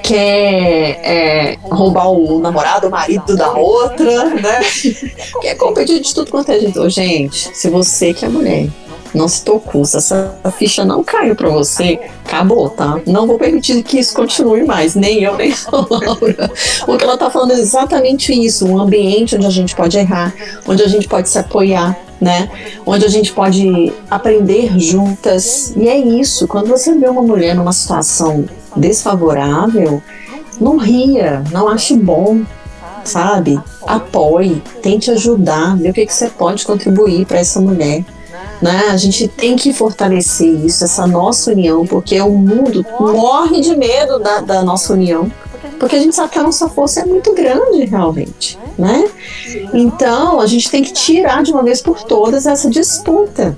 quer é, roubar o namorado, o marido da outra, né? Quer competir de tudo quanto é jeito. Ô, gente, se você que é mulher não se tocou, se essa ficha não caiu pra você, acabou, tá? Não vou permitir que isso continue mais, nem eu, nem a Laura. O que ela tá falando é exatamente isso, um ambiente onde a gente pode errar, onde a gente pode se apoiar, né? Onde a gente pode aprender juntas. E é isso, quando você vê uma mulher numa situação desfavorável, não ria, não ache bom, sabe? Apoie, tente ajudar, ver o que, que você pode contribuir para essa mulher. Né? A gente tem que fortalecer isso, essa nossa união, porque o mundo morre de medo da, da nossa união, porque a gente sabe que a nossa força é muito grande realmente, né? Então a gente tem que tirar de uma vez por todas essa disputa.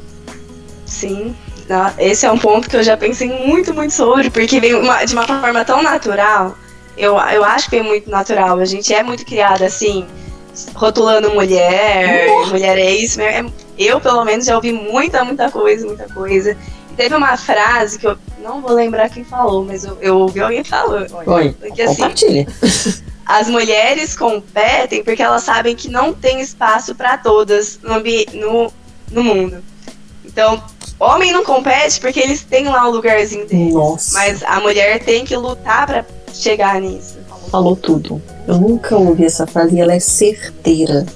Sim, esse é um ponto que eu já pensei muito, muito sobre, porque vem uma, de uma forma tão natural. Eu, eu acho que é muito natural, a gente é muito criada assim, rotulando mulher, uh! mulher é isso, é, eu pelo menos já ouvi muita, muita coisa, muita coisa. E teve uma frase que eu não vou lembrar quem falou, mas eu, eu ouvi alguém falando. Oi, porque, assim, compartilha. As mulheres competem porque elas sabem que não tem espaço para todas no, no, no mundo. Então, homem não compete porque eles têm lá o lugarzinho deles. Nossa. Mas a mulher tem que lutar para chegar nisso. Falou tudo. Eu nunca ouvi essa frase e ela é certeira.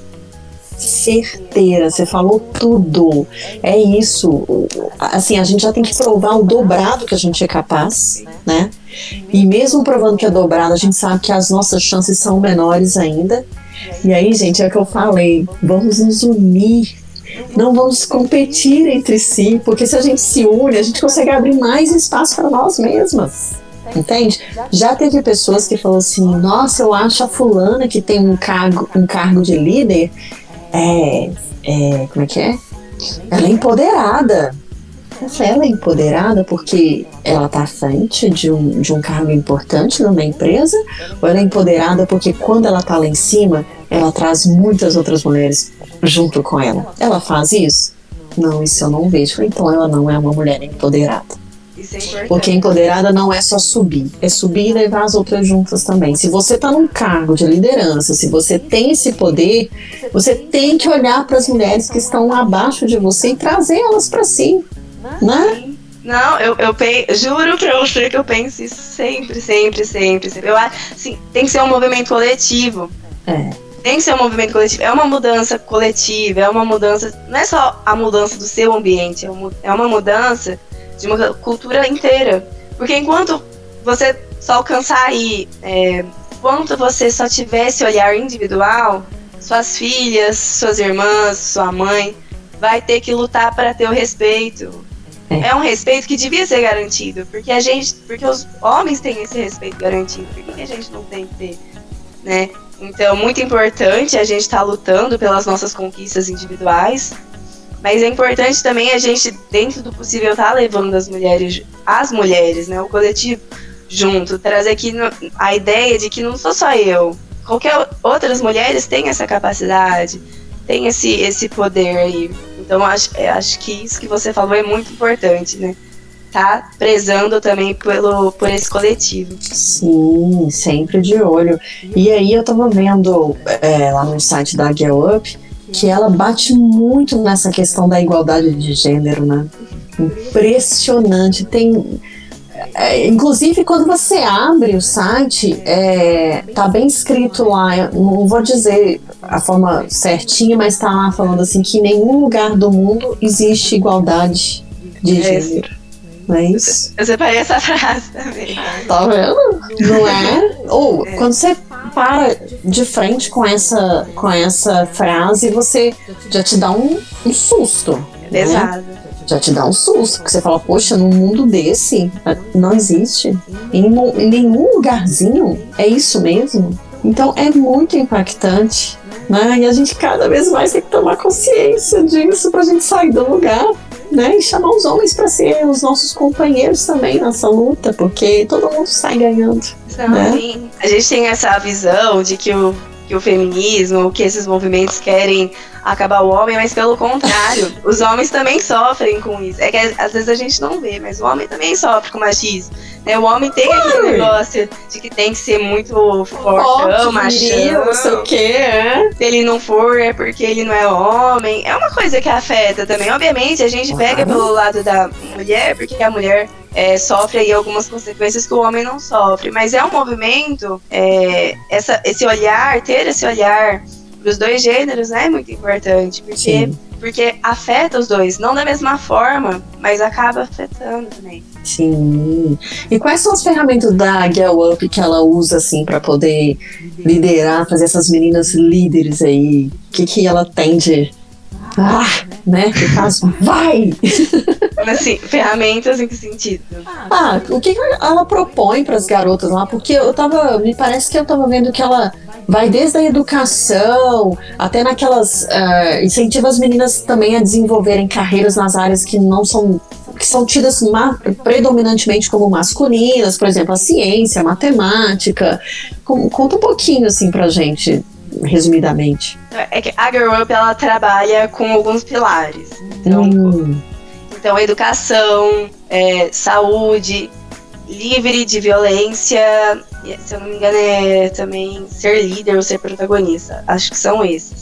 Certeira, você falou tudo. É isso. Assim, a gente já tem que provar o dobrado que a gente é capaz, né? E mesmo provando que é dobrado, a gente sabe que as nossas chances são menores ainda. E aí, gente, é o que eu falei. Vamos nos unir. Não vamos competir entre si, porque se a gente se une, a gente consegue abrir mais espaço para nós mesmas. Entende? Já teve pessoas que falaram assim, nossa, eu acho a fulana que tem um cargo, um cargo de líder, é, é, como é que é? ela é empoderada. Ela é empoderada porque ela está à frente de um, de um cargo importante numa empresa, ou ela é empoderada porque quando ela está lá em cima, ela traz muitas outras mulheres junto com ela? Ela faz isso? Não, isso eu não vejo. Então ela não é uma mulher empoderada. Isso é importante. Porque empoderada não é só subir, é subir e levar as outras juntas também. Se você está num cargo de liderança, se você tem esse poder, você tem que olhar para as mulheres que estão abaixo de você e trazer elas para si. Né? Não, eu, eu pe... juro pra você que eu penso isso sempre, sempre, sempre, sempre. Eu acho, assim, tem que ser um movimento coletivo. É. Tem que ser um movimento coletivo. É uma mudança coletiva, é uma mudança. Não é só a mudança do seu ambiente, é uma mudança de uma cultura inteira. Porque enquanto você só alcançar aí, é, enquanto você só tiver esse olhar individual, suas filhas, suas irmãs, sua mãe vai ter que lutar para ter o respeito. É. é um respeito que devia ser garantido, porque a gente, porque os homens têm esse respeito garantido, por que a gente não tem que ter, né? Então, muito importante a gente estar tá lutando pelas nossas conquistas individuais, mas é importante também a gente, dentro do possível, estar tá levando as mulheres, as mulheres, né, o coletivo junto, trazer aqui no, a ideia de que não sou só eu, qualquer outras mulheres têm essa capacidade, tem esse, esse poder aí. Então, acho, acho que isso que você falou é muito importante, né? Tá prezando também pelo, por esse coletivo. Sim, sempre de olho. E aí eu tava vendo é, lá no site da Girl Up que ela bate muito nessa questão da igualdade de gênero, né? Impressionante. Tem... É, inclusive, quando você abre o site, é, tá bem escrito lá, não vou dizer a forma certinha, mas tá lá falando assim que em nenhum lugar do mundo existe igualdade de é gênero. Não é isso? Eu separei essa frase também. Tá vendo? Não é? Ou, é. Quando você para de frente com essa, com essa frase, você já te dá um, um susto. É pesado. Né? Já te dá um susto, porque você fala, poxa, num mundo desse, não existe. Em, em nenhum lugarzinho é isso mesmo. Então é muito impactante, né? E a gente cada vez mais tem que tomar consciência disso pra gente sair do lugar, né? E chamar os homens pra ser os nossos companheiros também nessa luta, porque todo mundo sai ganhando. Então, né? Sim. A gente tem essa visão de que o, que o feminismo, que esses movimentos querem acabar o homem, mas pelo contrário, os homens também sofrem com isso. É que às vezes a gente não vê, mas o homem também sofre com machismo. Né? O homem tem claro. Aquele negócio de que tem que ser muito fortão, machão, não sei o que, é. Se ele não for, é porque ele não é homem. É uma coisa que afeta também. Obviamente, a gente pega pelo lado da mulher, porque a mulher é, sofre aí algumas consequências que o homem não sofre. Mas é um movimento, é, essa, esse olhar, ter esse olhar para os dois gêneros, né, é muito importante, porque, porque afeta os dois, não da mesma forma, mas acaba afetando também. Sim. E quais são as ferramentas da Girl Up que ela usa assim para poder liderar, fazer essas meninas líderes aí? O que que ela tem de ah, né? Que faz vai. Assim, ferramentas em que sentido? Ah, o que ela propõe para as garotas lá? Porque eu tava, me parece que eu tava vendo que ela vai desde a educação até naquelas uh, incentiva as meninas também a desenvolverem carreiras nas áreas que não são que são tidas ma- predominantemente como masculinas, por exemplo, a ciência, a matemática. Com, conta um pouquinho assim pra gente, resumidamente. É que a Girl Up, ela trabalha com alguns pilares. Então, hum. então educação, é, saúde, livre de violência, se eu não me engano é também ser líder ou ser protagonista. Acho que são esses.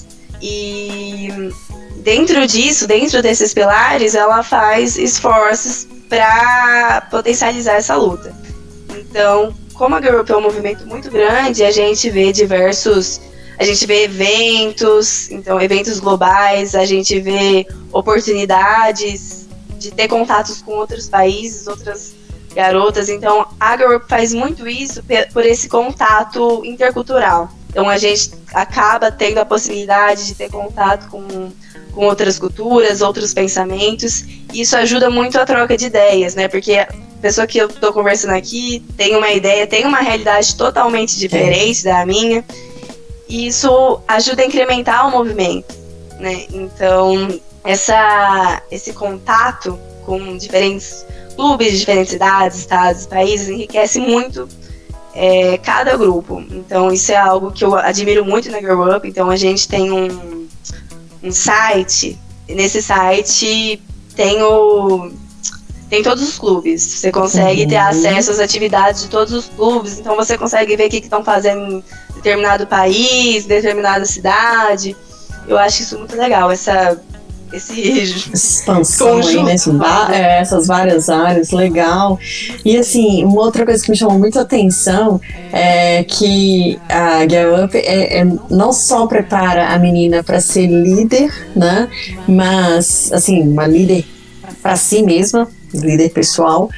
E dentro disso, dentro desses pilares, ela faz esforços para potencializar essa luta. Então, como a Girl Up é um movimento muito grande, a gente vê diversos... A gente vê eventos, então eventos globais, a gente vê oportunidades de ter contatos com outros países, outras garotas. Então a Girl Up faz muito isso por esse contato intercultural. Então a gente acaba tendo a possibilidade de ter contato com, com outras culturas, outros pensamentos. E isso ajuda muito a troca de ideias, né? Porque a pessoa que eu estou conversando aqui tem uma ideia, tem uma realidade totalmente diferente da minha. E isso ajuda a incrementar o movimento, né? Então, essa, esse contato com diferentes clubes de diferentes cidades, estados, países, enriquece muito é, cada grupo. Então isso é algo que eu admiro muito na Girl Up. Então a gente tem um, um site, e nesse site tem, o, tem todos os clubes. Você consegue uhum. ter acesso às atividades de todos os clubes, então você consegue ver o que estão fazendo em determinado país, determinada cidade. Eu acho isso muito legal, essa... esse expansão aí, né? Essas várias áreas, legal. E assim, uma outra coisa que me chamou muito a atenção é que a Girl Up é, é, não só prepara a menina para ser líder, né? Mas, assim, uma líder para si mesma, líder pessoal,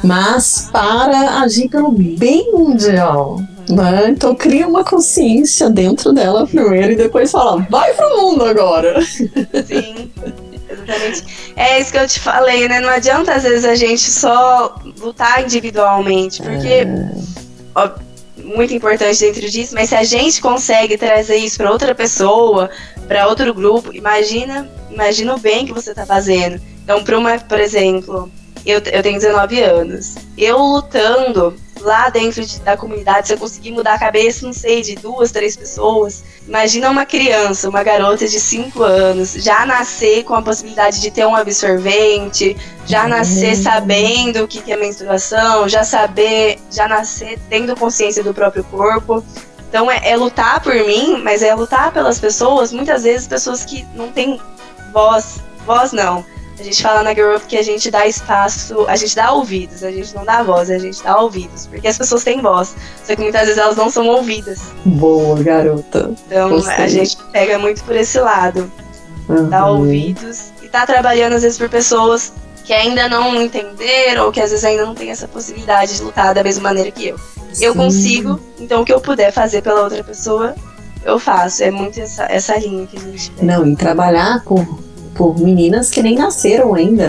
mas para agir pelo bem mundial. Né? Então cria uma consciência dentro dela primeiro e depois fala, vai pro mundo agora. Sim, exatamente. É isso que eu te falei, né? Não adianta às vezes a gente só lutar individualmente, porque é. ó, muito importante dentro disso, mas se a gente consegue trazer isso para outra pessoa, para outro grupo, imagina, imagina o bem que você tá fazendo. Então, para uma, por exemplo, eu, eu tenho dezenove anos, eu lutando lá dentro de, da comunidade, se eu conseguir mudar a cabeça, não sei, de duas, três pessoas. Imagina uma criança, uma garota de cinco anos, já nascer com a possibilidade de ter um absorvente, já nascer sabendo o que é menstruação, já saber, já nascer tendo consciência do próprio corpo. Então é, é lutar por mim, mas é lutar pelas pessoas, muitas vezes pessoas que não têm voz, voz não. A gente fala na Girl Up que a gente dá espaço, a gente dá ouvidos, a gente não dá voz, a gente dá ouvidos, porque as pessoas têm voz, só que muitas vezes elas não são ouvidas. Boa, garota. Então Gostei. A gente pega muito por esse lado, uhum. dá ouvidos e tá trabalhando às vezes por pessoas que ainda não entenderam ou que às vezes ainda não tem essa possibilidade de lutar da mesma maneira que eu. Sim. Eu consigo, então o que eu puder fazer pela outra pessoa, eu faço. É muito essa, essa linha que a gente pega. Não, e trabalhar por... por meninas que nem nasceram ainda,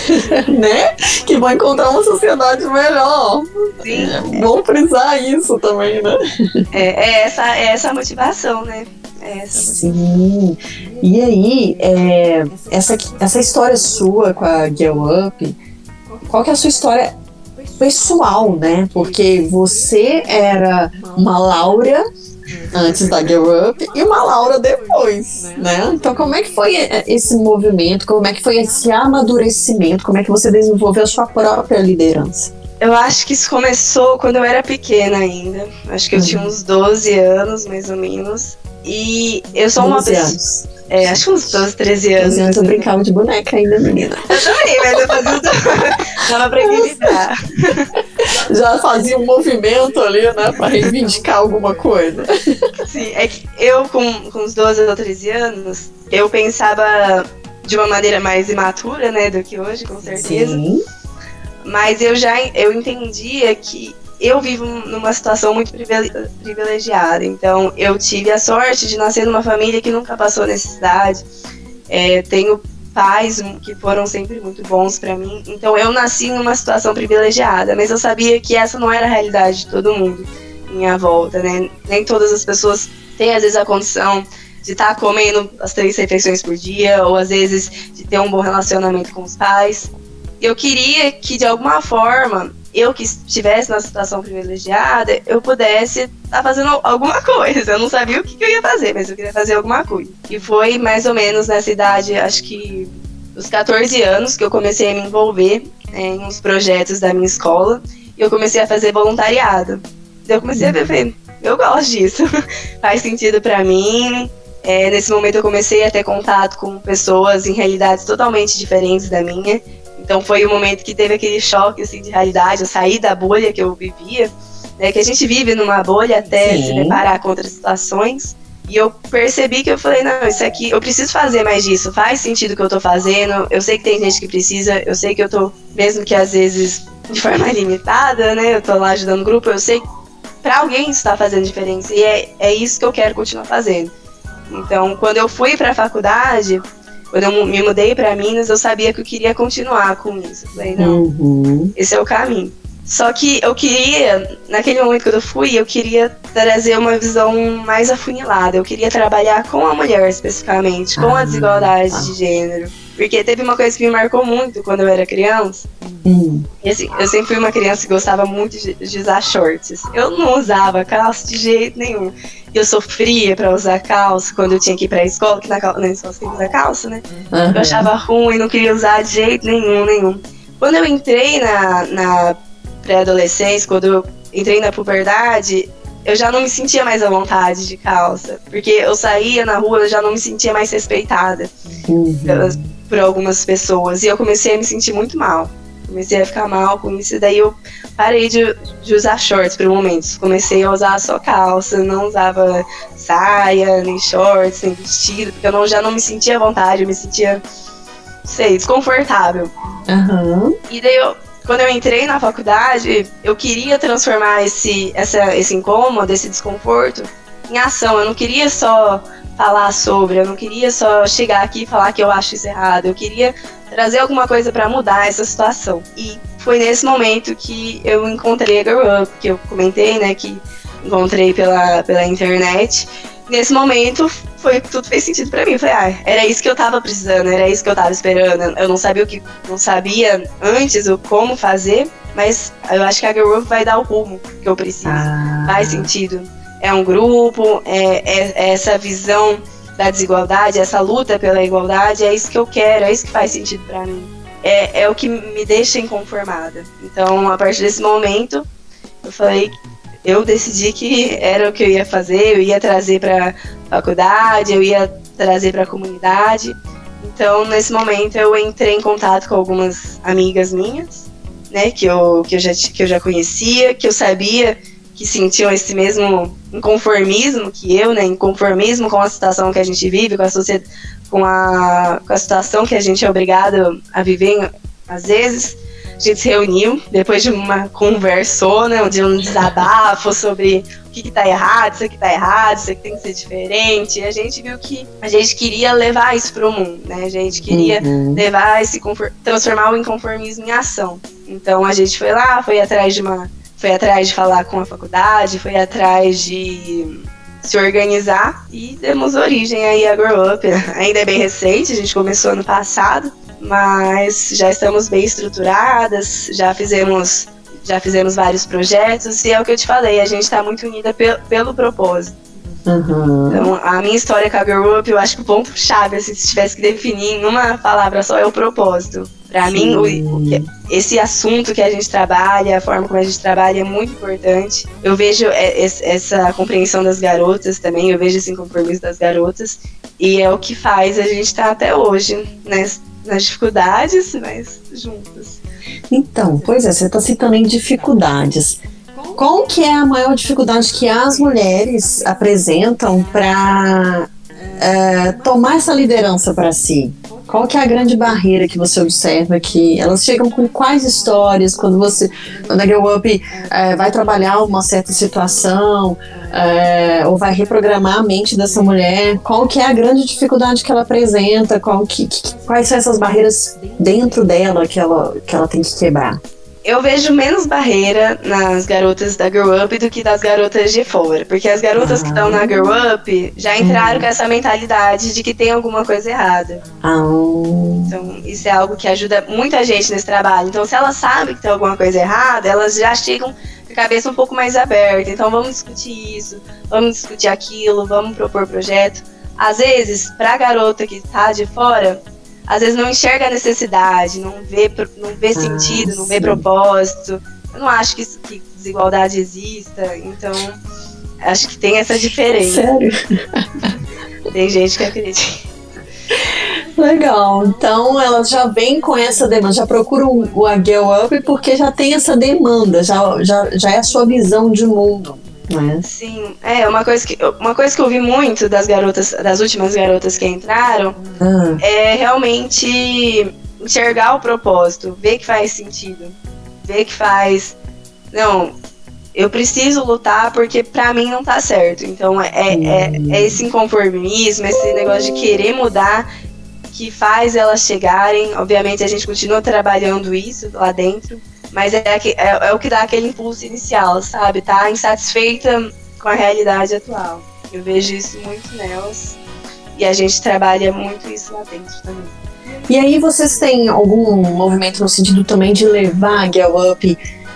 né? Que vão encontrar uma sociedade melhor. Sim. Vamos frisar isso também, né? É, é, essa, é essa a motivação, né? É essa Sim. Motivação. E aí, é, essa, essa história sua com a Girl Up, qual que é a sua história pessoal, né? Porque você era uma Laura antes da Girl Up e uma Laura depois, né? Então como é que foi esse movimento, como é que foi esse amadurecimento, como é que você desenvolveu a sua própria liderança? Eu acho que isso começou quando eu era pequena ainda, acho que eu uhum. tinha uns doze anos, mais ou menos, e eu sou uma pessoa... anos. É, acho que uns doze, treze anos. doze anos eu brincava de boneca ainda, menina. Eu também, mas eu fazia dava pra equilibrar. Já fazia um movimento ali, né, pra reivindicar alguma coisa. Sim, é que eu com, com uns doze ou treze anos, eu pensava de uma maneira mais imatura, né, do que hoje, com certeza. Sim. Mas eu já eu entendia que eu vivo numa situação muito privilegiada, então eu tive a sorte de nascer numa família que nunca passou necessidade, é, tenho pais que foram sempre muito bons pra mim, então eu nasci numa situação privilegiada, mas eu sabia que essa não era a realidade de todo mundo em minha volta, né? Nem todas as pessoas têm às vezes a condição de estar comendo as três refeições por dia, ou às vezes de ter um bom relacionamento com os pais. Eu queria que de alguma forma eu que estivesse na situação privilegiada, eu pudesse estar tá fazendo alguma coisa. Eu não sabia o que, que eu ia fazer, mas eu queria fazer alguma coisa. E foi mais ou menos nessa idade, acho que dos catorze anos, que eu comecei a me envolver é, em uns projetos da minha escola. E eu comecei a fazer voluntariado. Eu comecei a ver, falei, eu gosto disso. Faz sentido pra mim. É, nesse momento eu comecei a ter contato com pessoas em realidades totalmente diferentes da minha. Então foi o momento que teve aquele choque assim, de realidade, eu saí da bolha que eu vivia, né, que a gente vive numa bolha até Sim. se deparar com outras situações. E eu percebi que eu falei, não, isso aqui, eu preciso fazer mais disso, faz sentido o que eu tô fazendo, eu sei que tem gente que precisa, eu sei que eu tô, mesmo que às vezes de forma limitada, né, eu tô lá ajudando o grupo, eu sei que pra alguém isso tá fazendo diferença, e é, é isso que eu quero continuar fazendo. Então, quando eu fui pra faculdade... Quando eu me mudei para Minas, eu sabia que eu queria continuar com isso. Eu falei, não, uhum. esse é o caminho. Só que eu queria, naquele momento que eu fui, eu queria trazer uma visão mais afunilada. Eu queria trabalhar com a mulher especificamente, com ah, a desigualdade ah. de gênero. Porque teve uma coisa que me marcou muito quando eu era criança. Hum. E assim, eu sempre fui uma criança que gostava muito de, de usar shorts. Eu não usava calça de jeito nenhum. Eu sofria pra usar calça quando eu tinha que ir pra escola, que na, na escola você tem que usar calça, né? Uhum. Eu achava ruim, não queria usar de jeito nenhum, nenhum. Quando eu entrei na, na pré-adolescência, quando eu entrei na puberdade, eu já não me sentia mais à vontade de calça. Porque eu saía na rua, eu já não me sentia mais respeitada uhum. pelas, por algumas pessoas. E eu comecei a me sentir muito mal. Comecei a ficar mal com isso, e daí eu parei de, de usar shorts por momentos. Comecei a usar só calça, não usava saia, nem shorts, nem vestido, porque eu não, já não me sentia à vontade, eu me sentia, não sei, desconfortável. Uhum. E daí, eu, quando eu entrei na faculdade, eu queria transformar esse, essa, esse incômodo, esse desconforto, em ação. Eu não queria só falar sobre, eu não queria só chegar aqui e falar que eu acho isso errado, eu queria trazer alguma coisa pra mudar essa situação. E foi nesse momento que eu encontrei a Girl Up, que eu comentei, né, que encontrei pela, pela internet. Nesse momento, foi que tudo fez sentido pra mim. Eu falei, ah, era isso que eu tava precisando, era isso que eu tava esperando. Eu não sabia o que, não sabia antes o como fazer, mas eu acho que a Girl Up vai dar o rumo que eu preciso. Ah. Faz sentido. É um grupo, é, é, é essa visão da desigualdade, essa luta pela igualdade, é isso que eu quero, é isso que faz sentido pra mim. É, é o que me deixa inconformada. Então, a partir desse momento, eu falei, eu decidi que era o que eu ia fazer, eu ia trazer pra faculdade, eu ia trazer pra comunidade. Então, nesse momento, eu entrei em contato com algumas amigas minhas, né, que eu, que eu, já, que eu já conhecia, que eu sabia que sentiam esse mesmo inconformismo que eu, né, inconformismo com a situação que a gente vive, com a sociedade, com a, com a situação que a gente é obrigado a viver, às vezes. A gente se reuniu, depois de uma conversona, de um desabafo sobre o que, que tá errado, isso aqui tá errado, isso aqui tem que ser diferente, e a gente viu que a gente queria levar isso pro mundo, né, a gente queria uhum. levar esse, transformar o inconformismo em ação. Então a gente foi lá, foi atrás de uma Foi atrás de falar com a faculdade, foi atrás de se organizar e demos origem aí à Girl Up. Ainda é bem recente, a gente começou ano passado, mas já estamos bem estruturadas, já fizemos, já fizemos vários projetos e é o que eu te falei, a gente está muito unida pe- pelo propósito. Uhum. Então, a minha história com a Girl Up, eu acho que o ponto-chave, assim, se tivesse que definir em uma palavra só, é o propósito. Pra Sim. mim, o, o que, esse assunto que a gente trabalha, a forma como a gente trabalha é muito importante. Eu vejo essa compreensão das garotas também, eu vejo esse inconformismo das garotas, e é o que faz a gente estar até hoje, né, nas dificuldades, mas juntas. Então, pois é, você está citando em dificuldades. Qual que é a maior dificuldade que as mulheres apresentam para é, tomar essa liderança para si? Qual que é a grande barreira que você observa que elas chegam com quais histórias quando você, quando a Girl Up é, vai trabalhar uma certa situação é, ou vai reprogramar a mente dessa mulher? Qual que é a grande dificuldade que ela apresenta? Qual que, que, quais são essas barreiras dentro dela que ela, que ela tem que quebrar? Eu vejo menos barreira nas garotas da Girl Up do que das garotas de fora. Porque as garotas ah. que estão na Girl Up já entraram hum. com essa mentalidade de que tem alguma coisa errada. Ah. Então, isso é algo que ajuda muita gente nesse trabalho. Então, se elas sabem que tem alguma coisa errada, elas já chegam com a cabeça um pouco mais aberta. Então, vamos discutir isso, vamos discutir aquilo, vamos propor projeto. Às vezes, pra garota que tá de fora, às vezes não enxerga a necessidade, não vê, não vê sentido, ah, não vê propósito. Eu não acho que, que desigualdade exista, então acho que tem essa diferença. Sério? Tem gente que acredita. Legal, então elas já vêm com essa demanda, já procuram o a Girl Up porque já tem essa demanda, já, já, já é a sua visão de mundo. É. Sim, é uma coisa que uma coisa que eu vi muito das garotas, das últimas garotas que entraram, ah. é realmente enxergar o propósito, ver que faz sentido, ver que faz, não, eu preciso lutar porque pra mim não tá certo. Então é, é, é esse inconformismo, esse negócio de querer mudar que faz elas chegarem. Obviamente a gente continua trabalhando isso lá dentro, mas é, é, é o que dá aquele impulso inicial, sabe? Tá insatisfeita com a realidade atual. Eu vejo isso muito nelas. E a gente trabalha muito isso lá dentro também. E aí vocês têm algum movimento no sentido também de levar a Girl Up,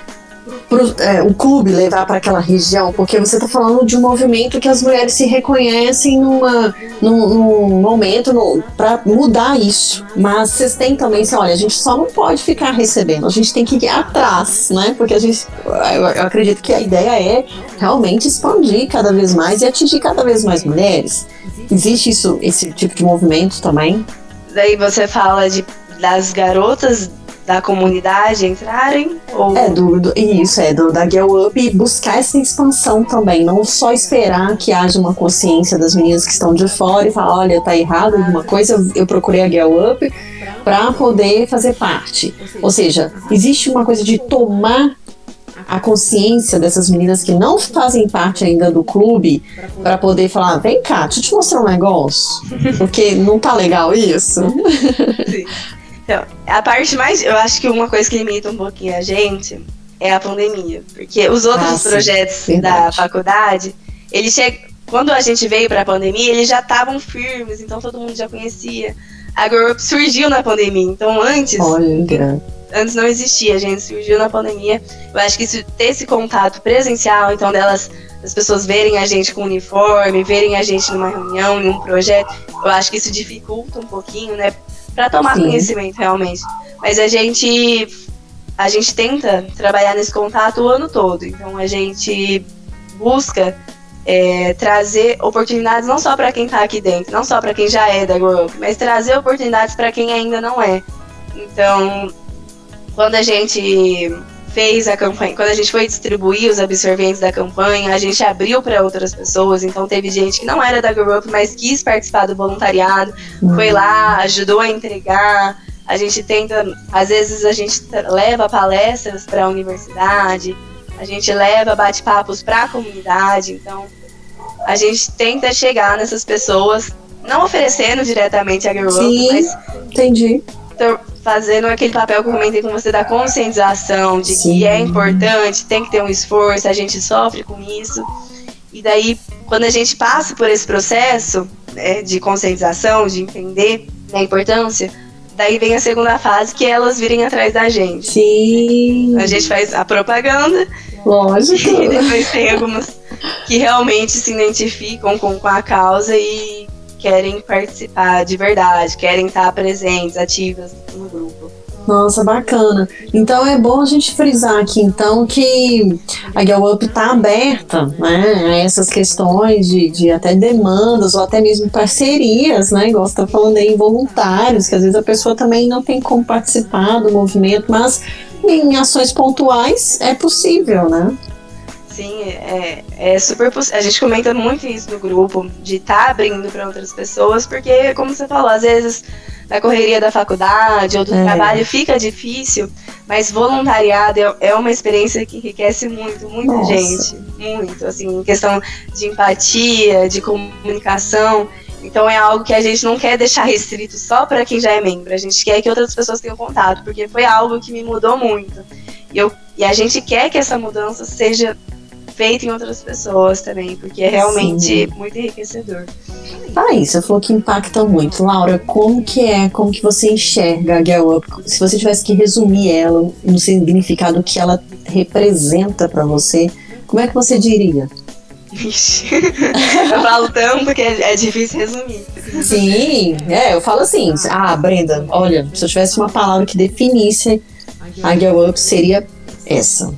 pro, é, o clube levar para aquela região? Porque você está falando de um movimento que as mulheres se reconhecem numa, num, num momento no, para mudar isso. Mas vocês têm também, assim, olha, a gente só não pode ficar recebendo, a gente tem que ir atrás, né? Porque a gente, eu, eu acredito que a ideia é realmente expandir cada vez mais e atingir cada vez mais mulheres. Existe isso, esse tipo de movimento também? Daí você fala de, das garotas da comunidade entrarem? Ou... É, do, do, isso, é do, da Girl Up e buscar essa expansão também, não só esperar que haja uma consciência das meninas que estão de fora e falar, olha, tá errado alguma coisa, eu, eu procurei a Girl Up para poder fazer parte. Ou seja, existe uma coisa de tomar a consciência dessas meninas que não fazem parte ainda do clube para poder falar, vem cá, deixa eu te mostrar um negócio, porque não tá legal isso? Sim. Então, a parte mais, eu acho que uma coisa que limita um pouquinho a gente é a pandemia, porque os outros ah, projetos sim, da faculdade, eles chegam, quando a gente veio para a pandemia, eles já estavam firmes, então todo mundo já conhecia. A Girl Up surgiu na pandemia, então antes... Olha... Antes não existia, a gente surgiu na pandemia. Eu acho que isso, ter esse contato presencial, então delas, as pessoas verem a gente com uniforme, verem a gente numa reunião, em um projeto, eu acho que isso dificulta um pouquinho, né, para tomar Sim. conhecimento realmente. Mas a gente, a gente tenta trabalhar nesse contato o ano todo, então a gente busca é, trazer oportunidades não só para quem está aqui dentro, não só para quem já é da Girl Up, mas trazer oportunidades para quem ainda não é. Então, quando a gente fez a campanha, quando a gente foi distribuir os absorventes da campanha, a gente abriu para outras pessoas, então teve gente que não era da Girl Up, mas quis participar do voluntariado, uhum. foi lá, ajudou a entregar. A gente tenta, às vezes a gente leva palestras para a universidade, a gente leva bate-papos para a comunidade, então a gente tenta chegar nessas pessoas, não oferecendo diretamente a Girl Up, Sim, mas entendi. fazendo aquele papel que eu comentei com você da conscientização, de Sim. que é importante, tem que ter um esforço, a gente sofre com isso. E daí, quando a gente passa por esse processo, né, de conscientização, de entender a importância, daí vem a segunda fase, que é elas virem atrás da gente. Sim. A gente faz a propaganda. Lógico. E depois tem algumas que realmente se identificam com, com a causa e querem participar de verdade, querem estar presentes, ativas no grupo. Nossa, bacana. Então é bom a gente frisar aqui, então, que a Girl Up está aberta, né, a essas questões de, de até demandas ou até mesmo parcerias, né, igual você está falando aí, voluntários, que às vezes a pessoa também não tem como participar do movimento, mas em ações pontuais é possível, né? Sim, é, é super possível. A gente comenta muito isso no grupo, de estar tá abrindo para outras pessoas, porque, como você falou, às vezes na correria da faculdade ou do é. trabalho fica difícil, mas voluntariado é, é uma experiência que enriquece muito, muita Nossa. gente, muito, assim, em questão de empatia, de comunicação. Então é algo que a gente não quer deixar restrito só para quem já é membro, a gente quer que outras pessoas tenham contato, porque foi algo que me mudou muito. E, eu, e a gente quer que essa mudança seja feita em outras pessoas também, porque é realmente Sim. muito enriquecedor. Ah, isso, você falou que impacta muito. Laura, como que é, como que você enxerga a Girl Up? Se você tivesse que resumir ela no significado que ela representa para você, como é que você diria? Ixi, eu falo tanto que é, é difícil resumir. Sim, é, eu falo assim, ah, Brenda, olha, se eu tivesse uma palavra que definisse a Girl Up, seria essa.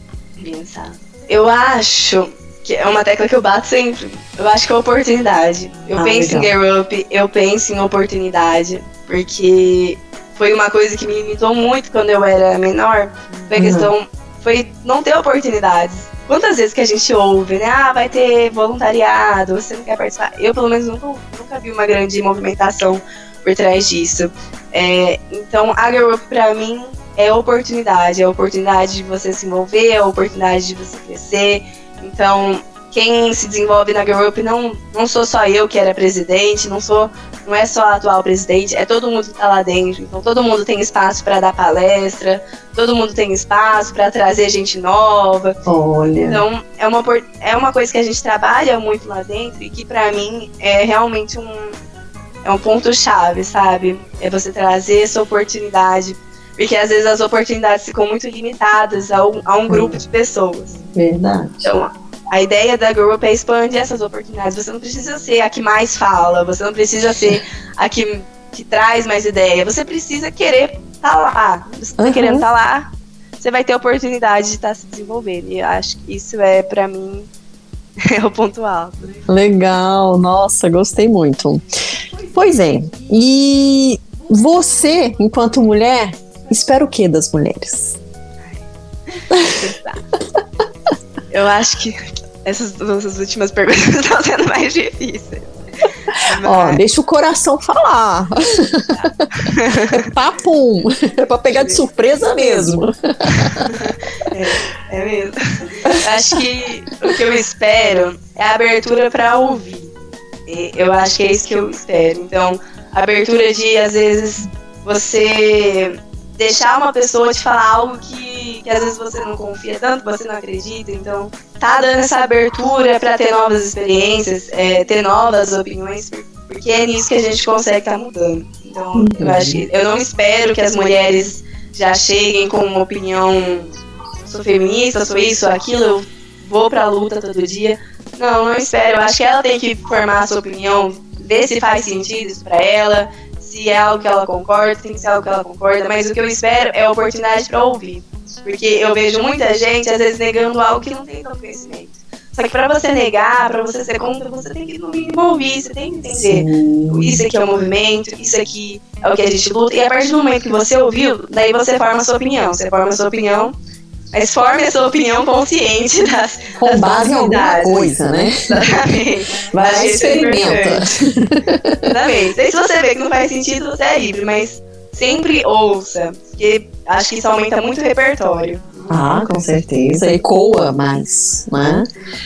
Pensar. Eu acho que é uma tecla que eu bato sempre. Eu acho que é oportunidade. Eu ah, penso legal. em Girl Up, eu penso em oportunidade, porque foi uma coisa que me limitou muito quando eu era menor. Foi a uhum. questão, foi não ter oportunidades. Quantas vezes que a gente ouve, né? Ah, vai ter voluntariado, você não quer participar? Eu, pelo menos, nunca, nunca vi uma grande movimentação por trás disso. É, então, a Girl Up, pra mim, é oportunidade. É a oportunidade de você se envolver, é a oportunidade de você crescer. Então, quem se desenvolve na Girl Up, não, não sou só eu que era presidente, não, sou, não é só a atual presidente, é todo mundo que está lá dentro. Então, todo mundo tem espaço para dar palestra, todo mundo tem espaço para trazer gente nova. Olha. Então, é uma, é uma coisa que a gente trabalha muito lá dentro e que, para mim, é realmente um, é um ponto-chave, sabe? É você trazer essa oportunidade, porque às vezes as oportunidades ficam muito limitadas a um, a um grupo de pessoas. Verdade. Então, a ideia da Girl Up é expandir essas oportunidades. Você não precisa ser a que mais fala, você não precisa ser a que, que traz mais ideia, você precisa querer estar lá. Você tá uhum. querendo estar lá, você vai ter a oportunidade de estar se desenvolvendo. E eu acho que isso é, pra mim, é o ponto alto. Legal, nossa, gostei muito. Pois é, e você, enquanto mulher, espera o que das mulheres? Eu acho que essas duas últimas perguntas estão sendo mais difíceis. Mas... Ó, deixa o coração falar. É papum. É pra pegar de surpresa mesmo. É, é mesmo. Acho que o que eu espero é a abertura pra ouvir. Eu acho que é isso que eu espero. Então, a abertura de, às vezes, você deixar uma pessoa te falar algo que, que às vezes você não confia tanto, você não acredita. Então, tá dando essa abertura para ter novas experiências, é, ter novas opiniões, porque é nisso que a gente consegue estar tá mudando. Então, uhum. eu acho que eu não espero que as mulheres já cheguem com uma opinião, sou feminista, sou isso, aquilo, eu vou pra luta todo dia. Não, não espero. Eu acho que ela tem que formar a sua opinião, ver se faz sentido isso pra ela, se é algo que ela concorda, tem que ser algo que ela concorda, mas o que eu espero é a oportunidade pra ouvir. Porque eu vejo muita gente, às vezes, negando algo que não tem tanto conhecimento. Só que pra você negar, pra você ser contra, você tem que no mínimo ouvir, você tem que entender. Sim. Isso aqui é o movimento, isso aqui é o que a gente luta, e a partir do momento que você ouviu, daí você forma a sua opinião. Você forma a sua opinião, mas forme a sua opinião consciente das, com das base em alguma coisa, né? Exatamente. Vai lá e experimenta. Exatamente. E se você vê que não faz sentido, você é livre, mas sempre ouça, porque acho que isso aumenta muito o repertório. Ah, com certeza. Ecoa mais, né?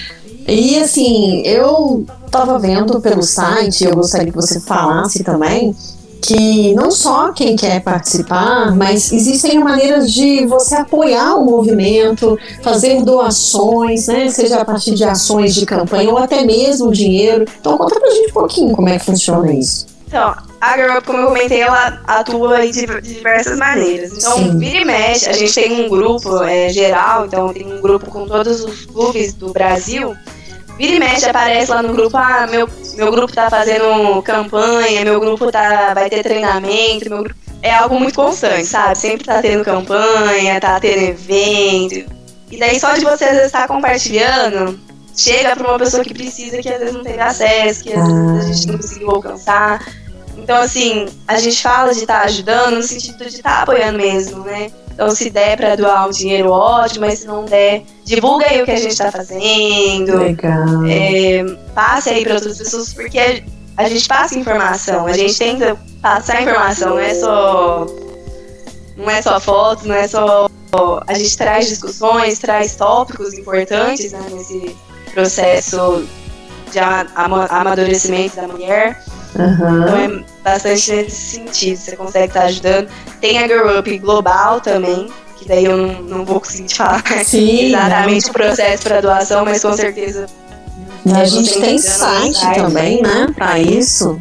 E assim, eu tava vendo pelo site, eu gostaria que você falasse também, que não só quem quer participar, mas existem maneiras de você apoiar o movimento, fazer doações, né? Seja a partir de ações de campanha ou até mesmo dinheiro. Então conta pra gente um pouquinho como é que funciona isso. Então, a Girl Up, como eu comentei, ela atua de, de diversas maneiras. Então, Sim. vira e mexe, a gente tem um grupo é, geral, então tem um grupo com todos os clubes do Brasil. Vira e mexe, aparece lá no grupo, ah, meu, meu grupo tá fazendo campanha, meu grupo tá, vai ter treinamento, meu grupo... É algo muito constante, sabe? Sempre tá tendo campanha, tá tendo evento. E daí só de você às vezes estar compartilhando, chega pra uma pessoa que precisa, que às vezes não teve acesso, que às vezes a gente não conseguiu alcançar. Então, assim, a gente fala de estar tá ajudando no sentido de estar tá apoiando mesmo, né? Então, se der pra doar um dinheiro, ótimo, mas se não der, divulga aí o que a gente tá fazendo. Legal. É, passe aí pra outras pessoas, porque a gente passa informação, a gente tenta passar informação, não é só, não é só fotos, não é só... A gente traz discussões, traz tópicos importantes, né, nesse processo de amadurecimento da mulher. Uhum. Então é bastante nesse sentido, você consegue estar ajudando. Tem a Girl Up Global também, que daí eu não, não vou conseguir te falar Sim, exatamente o processo para doação, mas com certeza. A gente tem site também, né, para isso.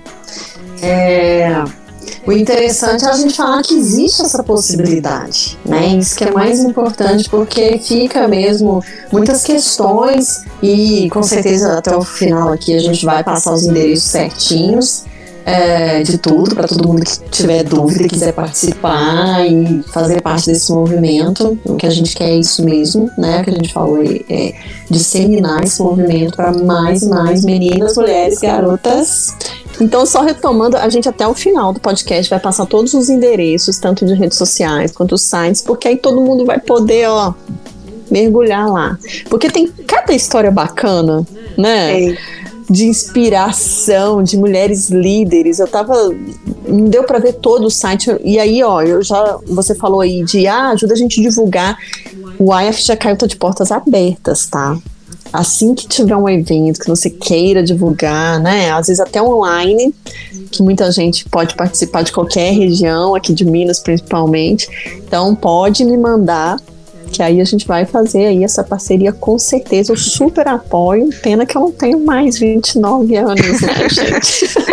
É, o interessante é a gente falar que existe essa possibilidade, né? Isso que é mais importante, porque fica mesmo muitas questões e com certeza até o final aqui a gente vai passar os endereços certinhos é, de tudo, para todo mundo que tiver dúvida, quiser participar e fazer parte desse movimento. O que a gente quer é isso mesmo, né? O que a gente falou é, é disseminar esse movimento para mais e mais meninas, mulheres, garotas. Então, só retomando, a gente até o final do podcast vai passar todos os endereços, tanto de redes sociais quanto os sites, porque aí todo mundo vai poder, ó, mergulhar lá. Porque tem cada história bacana, né? É. De inspiração, de mulheres líderes. Eu tava... Não deu pra ver todo o site. E aí, ó, eu já... Você falou aí de, ah, ajuda a gente a divulgar. O A I A Ficha Caiu tá de portas abertas, tá? Assim que tiver um evento que você queira divulgar, né? Às vezes até online, que muita gente pode participar de qualquer região, aqui de Minas principalmente. Então pode me mandar, que aí a gente vai fazer aí essa parceria com certeza. Eu super apoio. Pena que eu não tenho mais vinte e nove anos, né, gente?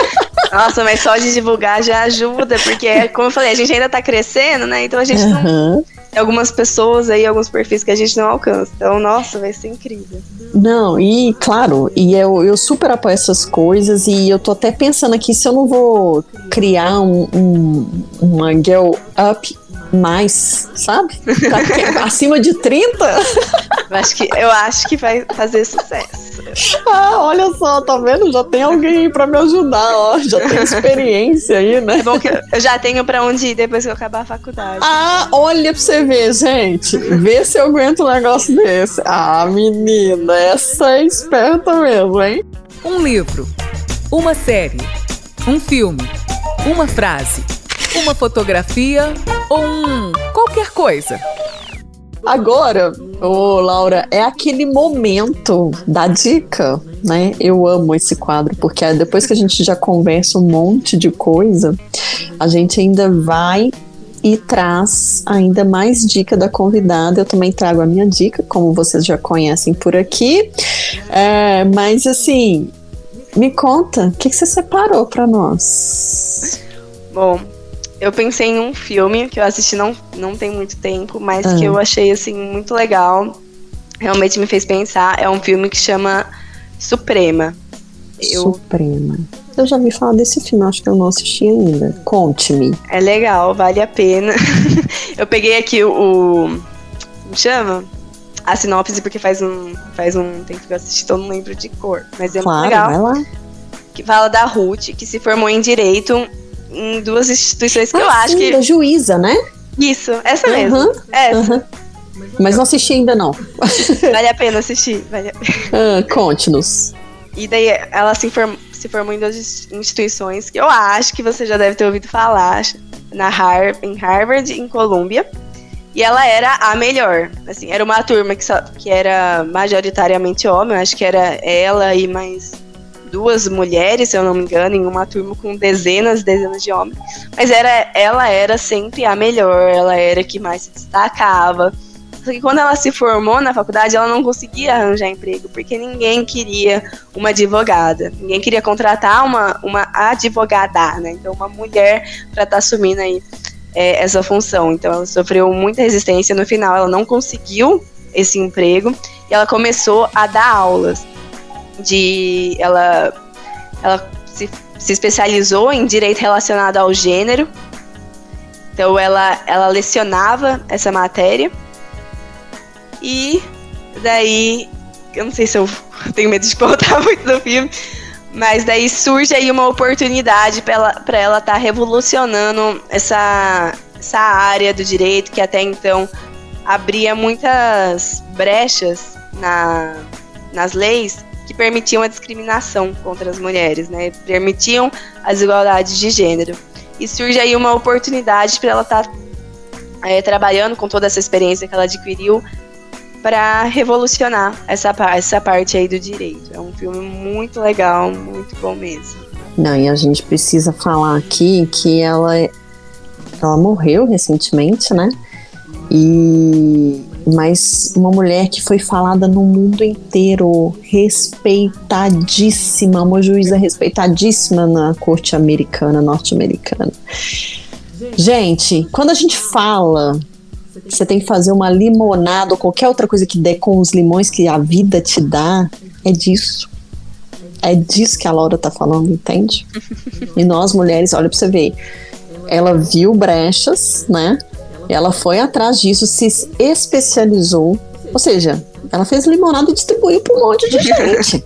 Nossa, mas só de divulgar já ajuda, porque, como eu falei, a gente ainda tá crescendo, né? Então a gente não... Uhum. Tem algumas pessoas aí, alguns perfis que a gente não alcança. Então, nossa, vai ser incrível. Não, e claro, e eu, eu super apoio essas coisas, e eu tô até pensando aqui se eu não vou criar um, um, uma girl up mais, sabe? Pra, acima de trinta. Eu acho, que, eu acho que vai fazer sucesso. Ah, olha só, tá vendo? Já tem alguém aí pra me ajudar, ó. Já tem experiência aí, né? É bom que eu já tenho pra onde ir depois que eu acabar a faculdade. Ah, olha pra você ver, gente. Vê se eu aguento um negócio desse. Ah, menina, essa é esperta mesmo, hein? Um livro, uma série, um filme, uma frase, uma fotografia ou um qualquer coisa. Agora, ô Laura, é aquele momento da dica, né? Eu amo esse quadro, porque depois que a gente já conversa um monte de coisa, a gente ainda vai e traz ainda mais dica da convidada. Eu também trago a minha dica, como vocês já conhecem por aqui. É, mas assim, me conta, o que, que você separou para nós? Bom, eu pensei em um filme que eu assisti não, não tem muito tempo, mas Ah. que eu achei, assim, muito legal. Realmente me fez pensar. É um filme que chama Suprema. Eu, Suprema. Eu já vi falar desse filme, acho que eu não assisti ainda. Conte-me. é legal, vale a pena. Eu peguei aqui o... o- Como chama? A sinopse, porque faz um, faz um tempo que eu assisti, então eu não lembro de cor. Mas é Claro, muito legal. vai lá. Que fala da Ruth, que se formou em Direito em duas instituições que eu Ah, acho sim, que... da juíza, né? Isso, essa Aham, mesmo. Essa. aham. Mas não assisti ainda não. Vale a pena assistir. Vale a... Ah, conte-nos. E daí ela se, inform... se formou em duas instituições que eu acho que você já deve ter ouvido falar. Na Har... Em Harvard e em Columbia. E ela era a melhor. Assim, era uma turma que, só... que era majoritariamente homem. Eu acho que era ela e mais duas mulheres, se eu não me engano, em uma turma com dezenas, dezenas de homens. Mas era, ela era sempre a melhor, ela era a que mais se destacava. Só que quando ela se formou na faculdade, ela não conseguia arranjar emprego, porque ninguém queria uma advogada. Ninguém queria contratar uma, uma advogada, né? Então, uma mulher para estar assumindo aí é, essa função. Então, ela sofreu muita resistência. No final, ela não conseguiu esse emprego e ela começou a dar aulas. De, ela ela se, se especializou em direito relacionado ao gênero. Então ela, ela lecionava essa matéria. E daí, eu não sei se eu tenho medo de contar muito do filme, mas daí surge aí uma oportunidade para ela para ela estar tá revolucionando essa, essa área do direito, que até então abria muitas brechas na, nas leis que permitiam a discriminação contra as mulheres, né? Permitiam a desigualdade de gênero. E surge aí uma oportunidade para ela estar tá, é, trabalhando com toda essa experiência que ela adquiriu para revolucionar essa, essa parte aí do direito. É um filme muito legal, muito bom mesmo. Não, e a gente precisa falar aqui que ela, ela morreu recentemente, né? E... mas uma mulher que foi falada no mundo inteiro, respeitadíssima, uma juíza respeitadíssima na corte americana, norte-americana. Gente, quando a gente fala que você tem que fazer uma limonada ou qualquer outra coisa que dê com os limões que a vida te dá, é disso. É disso que a Laura tá falando, entende? E nós mulheres, olha pra você ver, ela viu brechas, né? Ela foi atrás disso, se especializou, ou seja, ela fez limonada e distribuiu para um monte de gente.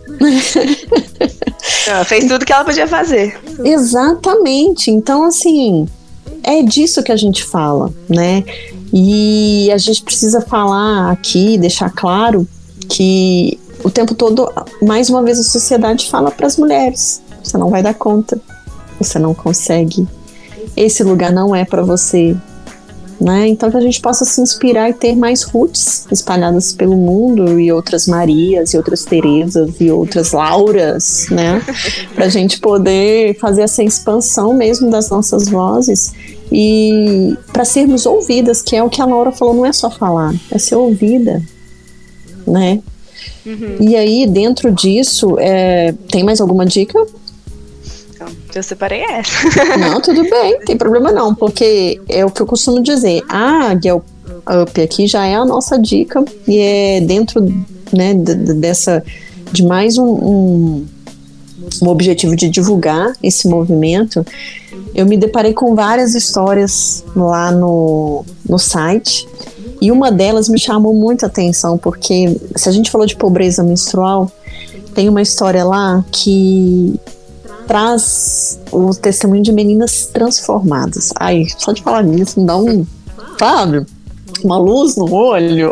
Ela fez tudo que ela podia fazer. Exatamente. Então, assim, é disso que a gente fala, né? E a gente precisa falar aqui, deixar claro que o tempo todo, mais uma vez, a sociedade fala para as mulheres: você não vai dar conta, você não consegue, esse lugar não é para você. Né? Então que a gente possa se inspirar e ter mais Ruths espalhadas pelo mundo, e outras Marias, e outras Terezas, e outras Lauras, né? Pra gente poder fazer essa expansão mesmo das nossas vozes e para sermos ouvidas, que é o que a Laura falou, não é só falar, é ser ouvida, né? Uhum. E aí, dentro disso, é, tem mais alguma dica? Então, Eu separei essa. Não, tudo bem, não tem problema não, porque é o que eu costumo dizer. A Girl Up aqui já é a nossa dica e é dentro, né, d- d- dessa, de mais um, um, um objetivo de divulgar esse movimento. Eu me deparei com várias histórias lá no, no site e uma delas me chamou muita atenção, porque se a gente falou de pobreza menstrual, tem uma história lá que traz o testemunho de meninas transformadas. Ai, só de falar nisso me dá um, sabe, uma luz no olho.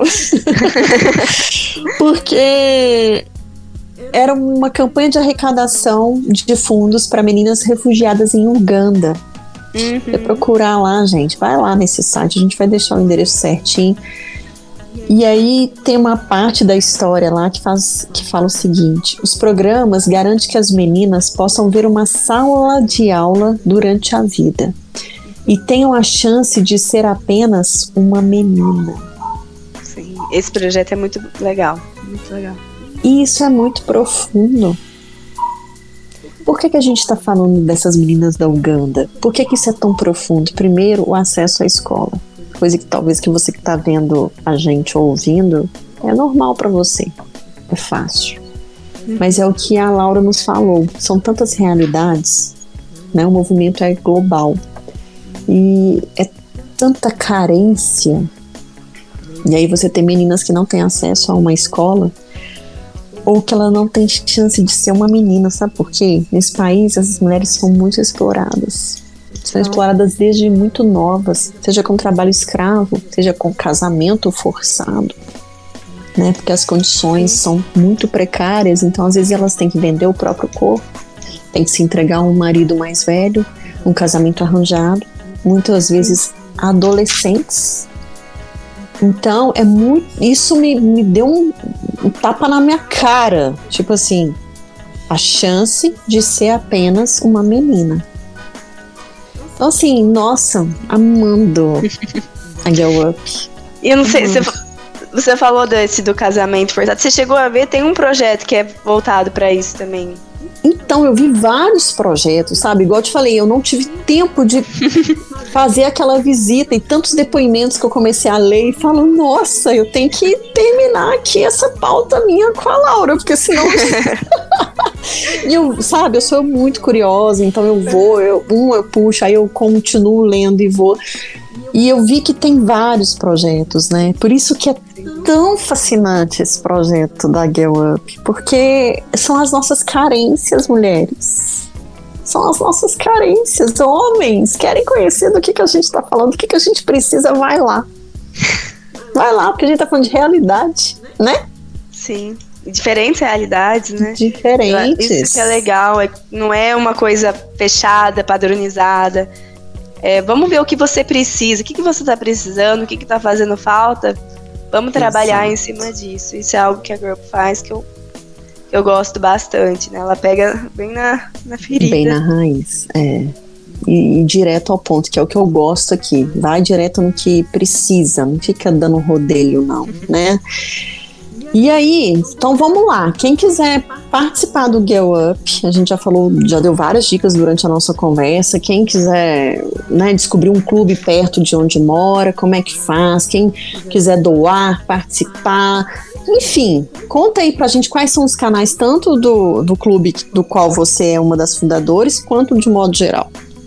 Porque era uma campanha de arrecadação de fundos para meninas refugiadas em Uganda. Uhum. Você procurar lá, gente, vai lá nesse site, a gente vai deixar o endereço certinho. E aí tem uma parte da história lá que, faz, que fala o seguinte: os programas garantem que as meninas possam ver uma sala de aula durante a vida e tenham a chance de ser apenas uma menina. Sim, esse projeto é muito legal, muito legal. E isso é muito profundo. Por que que a gente está falando dessas meninas da Uganda? Por que que isso é tão profundo? Primeiro, o acesso à escola. Coisa que talvez que você que está vendo a gente ouvindo é normal para você, é fácil. Mas é o que a Laura nos falou, são tantas realidades, né? O movimento é global e é tanta carência. E aí você tem meninas que não têm acesso a uma escola ou que ela não tem chance de ser uma menina, sabe por quê? Nesse país as mulheres são muito exploradas. São exploradas desde muito novas, seja com trabalho escravo, seja com casamento forçado, né? Porque as condições são muito precárias, então às vezes elas têm que vender o próprio corpo, têm que se entregar a um marido mais velho, um casamento arranjado, muitas vezes adolescentes. Então é muito, isso me, me deu um, um tapa na minha cara, tipo assim, a chance de ser apenas uma menina. Então, assim, nossa, amando a Girl Up. E eu não sei, você, você falou desse do casamento forçado. Você chegou a ver, tem um projeto que é voltado pra isso também. Então, eu vi vários projetos, sabe? Igual eu te falei, eu não tive tempo de fazer aquela visita e tantos depoimentos que eu comecei a ler e falo, nossa, eu tenho que terminar aqui essa pauta minha com a Laura, porque senão... E eu, sabe, eu sou muito curiosa, então eu vou, eu, um eu puxo, aí eu continuo lendo e vou. E eu vi que tem vários projetos, né? Por isso que é tão fascinante esse projeto da Girl Up, porque são as nossas carências, mulheres. São as nossas carências. Homens, querem conhecer do que, que a gente tá falando, do que, que a gente precisa, vai lá. Vai lá, porque a gente tá falando de realidade, né? Sim. Diferentes realidades, né? Diferentes. Isso que é legal, é, não é uma coisa fechada, padronizada. É, vamos ver o que você precisa, o que, que você tá precisando, o que, que tá fazendo falta. Vamos trabalhar Exato. Em cima disso. Isso é algo que a Girl Up faz que eu, que eu gosto bastante, né? Ela pega bem na, na ferida. Bem na raiz, é. E, e direto ao ponto, que é o que eu gosto aqui. Vai direto no que precisa, não fica dando rodeio, não, né? E aí, então vamos lá, quem quiser participar do Girl Up, a gente já falou, já deu várias dicas durante a nossa conversa, quem quiser, né, descobrir um clube perto de onde mora, como é que faz, quem quiser doar, participar, enfim, conta aí pra gente quais são os canais, tanto do, do clube do qual você é uma das fundadoras, quanto de modo geral.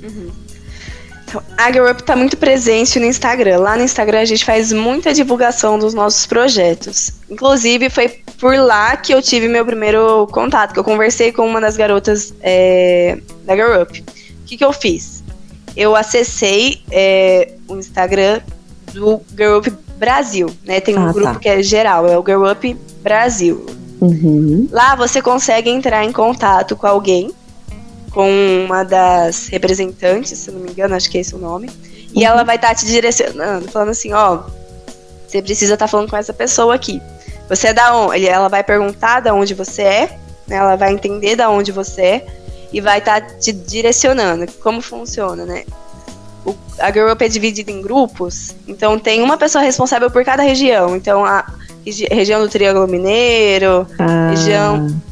Então, a Girl Up está muito presente no Instagram. Lá no Instagram a gente faz muita divulgação dos nossos projetos. Inclusive foi por lá que eu tive meu primeiro contato, que eu conversei com uma das garotas é, da Girl Up. O que, que eu fiz? Eu acessei é, o Instagram do Girl Up Brasil, né? Tem um ah, grupo tá. que é geral, é o Girl Up Brasil. Uhum. Lá você consegue entrar em contato com alguém, com uma das representantes, se não me engano, acho que é esse o nome. E uhum. ela vai estar tá te direcionando, falando assim, ó, você precisa estar tá falando com essa pessoa aqui. Você é da onde? Ela vai perguntar da onde você é, né? Ela vai entender da onde você é e vai estar tá te direcionando. Como funciona, né? O, a Girl Up é dividida em grupos, então tem uma pessoa responsável por cada região. Então, a regi- região do Triângulo Mineiro, ah. região...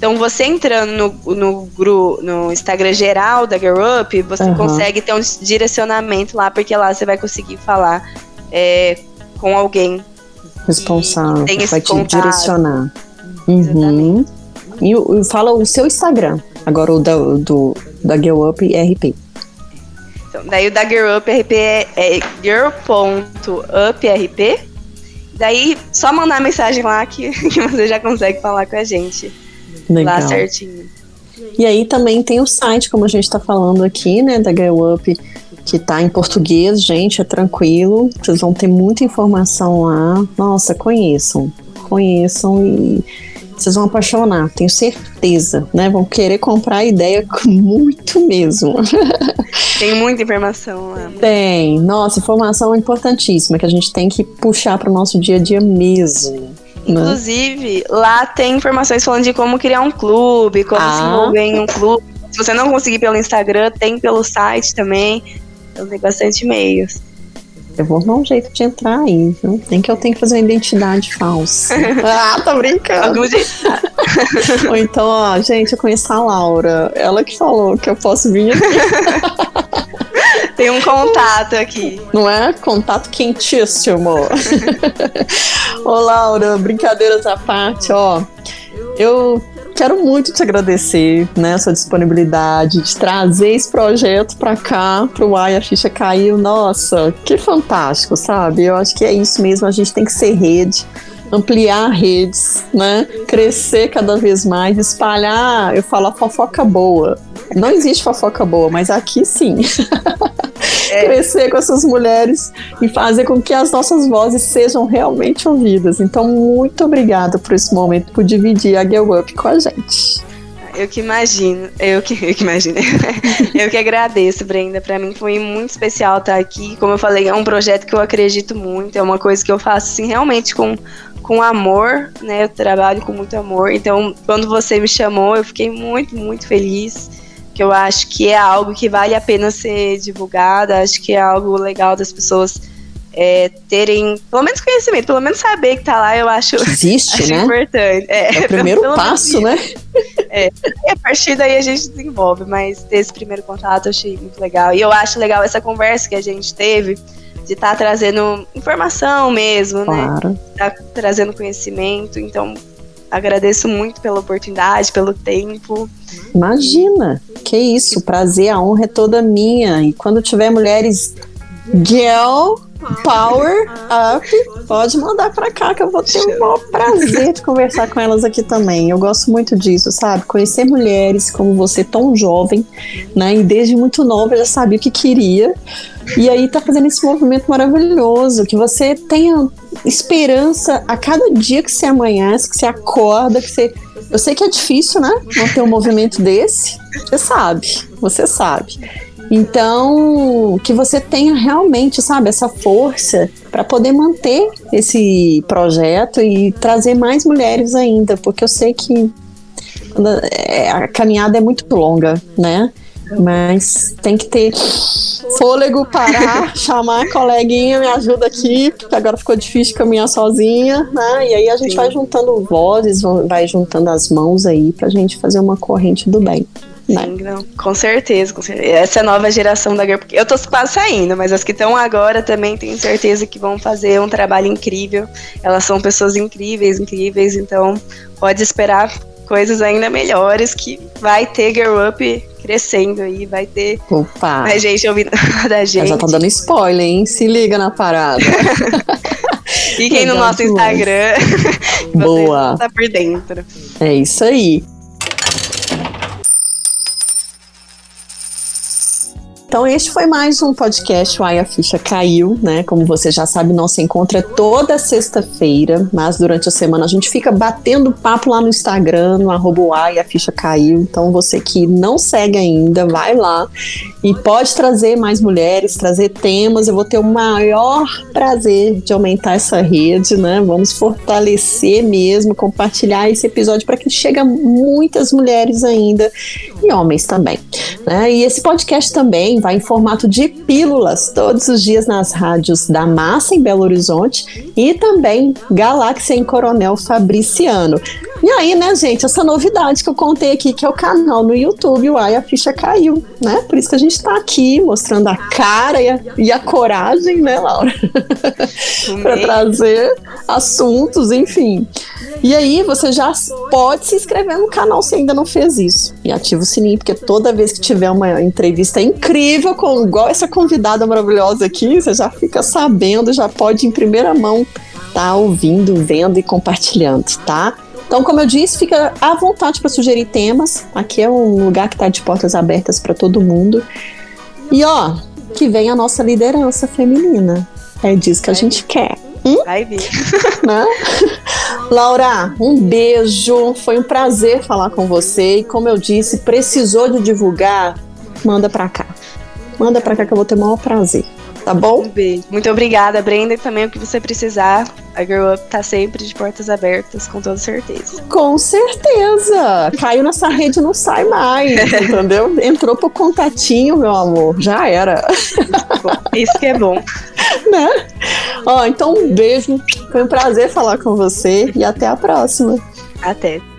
Então, você entrando no, no, gru, no Instagram geral da Girl Up, você uhum. consegue ter um direcionamento lá, porque lá você vai conseguir falar é, com alguém responsável, que vai te contato. direcionar. Uhum. E, e fala o seu Instagram, agora o da, do, da Girl Up R P. Então, daí o da Girl Up R P é, é girl ponto up R P. Daí, só mandar mensagem lá que, que você já consegue falar com a gente. Legal. Lá certinho. E aí também tem o site, como a gente tá falando aqui, né, da Girl Up, que tá em português, gente, é tranquilo. Vocês vão ter muita informação lá. Nossa, conheçam. Conheçam e vocês vão apaixonar, tenho certeza, né? Vão querer comprar a ideia muito mesmo. Tem muita informação lá. Tem. Nossa, informação importantíssima que a gente tem que puxar para o nosso dia a dia mesmo. Inclusive, né? Lá tem informações falando de como criar um clube, como ah. se envolver em um clube. Se você não conseguir pelo Instagram, tem pelo site também. Então tem bastante e-mails. Eu vou dar um jeito de entrar aí, viu? Nem que eu tenho que fazer uma identidade falsa. Ah, tô brincando. Ou então, ó, gente, eu conheço a Laura. Ela que falou que eu posso vir aqui. Tem um contato aqui. Não é? Contato quentíssimo. Ô, Laura, brincadeiras à parte, ó. Eu quero muito te agradecer, né, a sua disponibilidade de trazer esse projeto pra cá, pro Uai, a Ficha Caiu. Nossa, que fantástico, sabe? Eu acho que é isso mesmo, a gente tem que ser rede, ampliar redes, né, crescer cada vez mais, espalhar, eu falo a fofoca boa. Não existe fofoca boa, mas aqui sim. É. Crescer com essas mulheres e fazer com que as nossas vozes sejam realmente ouvidas. Então, muito obrigada por esse momento, por dividir a Girl Up com a gente. Eu que imagino, eu que, eu que imagino, eu que agradeço, Brenda. Pra mim foi muito especial estar aqui. Como eu falei, é um projeto que eu acredito muito, é uma coisa que eu faço assim, realmente com, com amor, né? Eu trabalho com muito amor. Então, quando você me chamou, eu fiquei muito, muito feliz. Que eu acho que é algo que vale a pena ser divulgado, acho que é algo legal das pessoas é, terem, pelo menos conhecimento, pelo menos saber que tá lá, eu acho, existe, acho né? importante. É, é o primeiro pelo, pelo passo, né? É, e a partir daí a gente desenvolve, mas ter esse primeiro contato eu achei muito legal. E eu acho legal essa conversa que a gente teve, de estar tá trazendo informação mesmo, claro. Né? Tá trazendo conhecimento, então agradeço muito pela oportunidade, pelo tempo. Imagina, que isso, o prazer, a honra é toda minha. E quando tiver mulheres girl power up, pode mandar pra cá que eu vou ter o maior prazer de conversar com elas aqui também. Eu gosto muito disso, sabe? Conhecer mulheres como você, tão jovem, né? E desde muito nova já sabia o que queria. E aí tá fazendo esse movimento maravilhoso, que você tenha esperança a cada dia que você amanhece, que você acorda, que você... Eu sei que é difícil, né? Manter um movimento desse. Você sabe, você sabe. Então, que você tenha realmente, sabe, essa força para poder manter esse projeto e trazer mais mulheres ainda, porque eu sei que a caminhada é muito longa, né? Mas tem que ter fôlego, parar, chamar a coleguinha, me ajuda aqui, porque agora ficou difícil caminhar sozinha, né? E aí a gente Sim. vai juntando vozes, vai juntando as mãos aí pra gente fazer uma corrente do bem. Sim, não, com certeza, com certeza. Essa nova geração da Girl, porque eu tô quase saindo, mas as que estão agora também tenho certeza que vão fazer um trabalho incrível. Elas são pessoas incríveis, incríveis, então pode esperar coisas ainda melhores, que vai ter Girl Up crescendo aí, vai ter Opa. mais gente ouvindo da gente. Já tá dando spoiler, hein? Se liga na parada. Fiquem no nosso Instagram. Boa. Você tá por dentro. É isso aí. Então este foi mais um podcast Uai, a Ficha Caiu, né? Como você já sabe, nosso encontro é toda sexta-feira, mas durante a semana a gente fica batendo papo lá no Instagram, no arroba Uai, a Ficha Caiu. Então você que não segue ainda, vai lá e pode trazer mais mulheres, trazer temas. Eu vou ter o maior prazer de aumentar essa rede, né? Vamos fortalecer mesmo, compartilhar esse episódio para que chegue a muitas mulheres ainda e homens também, né? E esse podcast também vai em formato de pílulas todos os dias nas rádios da Massa em Belo Horizonte e também Galáxia em Coronel Fabriciano. E aí, né, gente, essa novidade que eu contei aqui, que é o canal no YouTube, Uai, a Ficha Caiu, né? Por isso que a gente tá aqui mostrando a cara e a, e a coragem, né, Laura? Para trazer assuntos, enfim. E aí, você já pode se inscrever no canal se ainda não fez isso. E ativa o sininho, porque toda vez que tiver uma entrevista incrível, com, igual essa convidada maravilhosa aqui, você já fica sabendo, já pode em primeira mão tá ouvindo, vendo e compartilhando, tá? Então, como eu disse, fica à vontade para sugerir temas. Aqui é um lugar que está de portas abertas para todo mundo. E ó, que vem a nossa liderança feminina. É disso que a gente quer. Hum? Vai vir. Né? Laura, um beijo. Foi um prazer falar com você. E como eu disse, precisou de divulgar, manda pra cá. Manda pra cá que eu vou ter o maior prazer. Tá bom? Um beijo. Muito obrigada, Brenda. E também o que você precisar, a Girl Up tá sempre de portas abertas, com toda certeza. Com certeza. Caiu nessa rede e não sai mais, entendeu? Entrou pro contatinho, meu amor. Já era. Isso que é bom. Né? Ó, então um beijo. Foi um prazer falar com você e até a próxima. Até.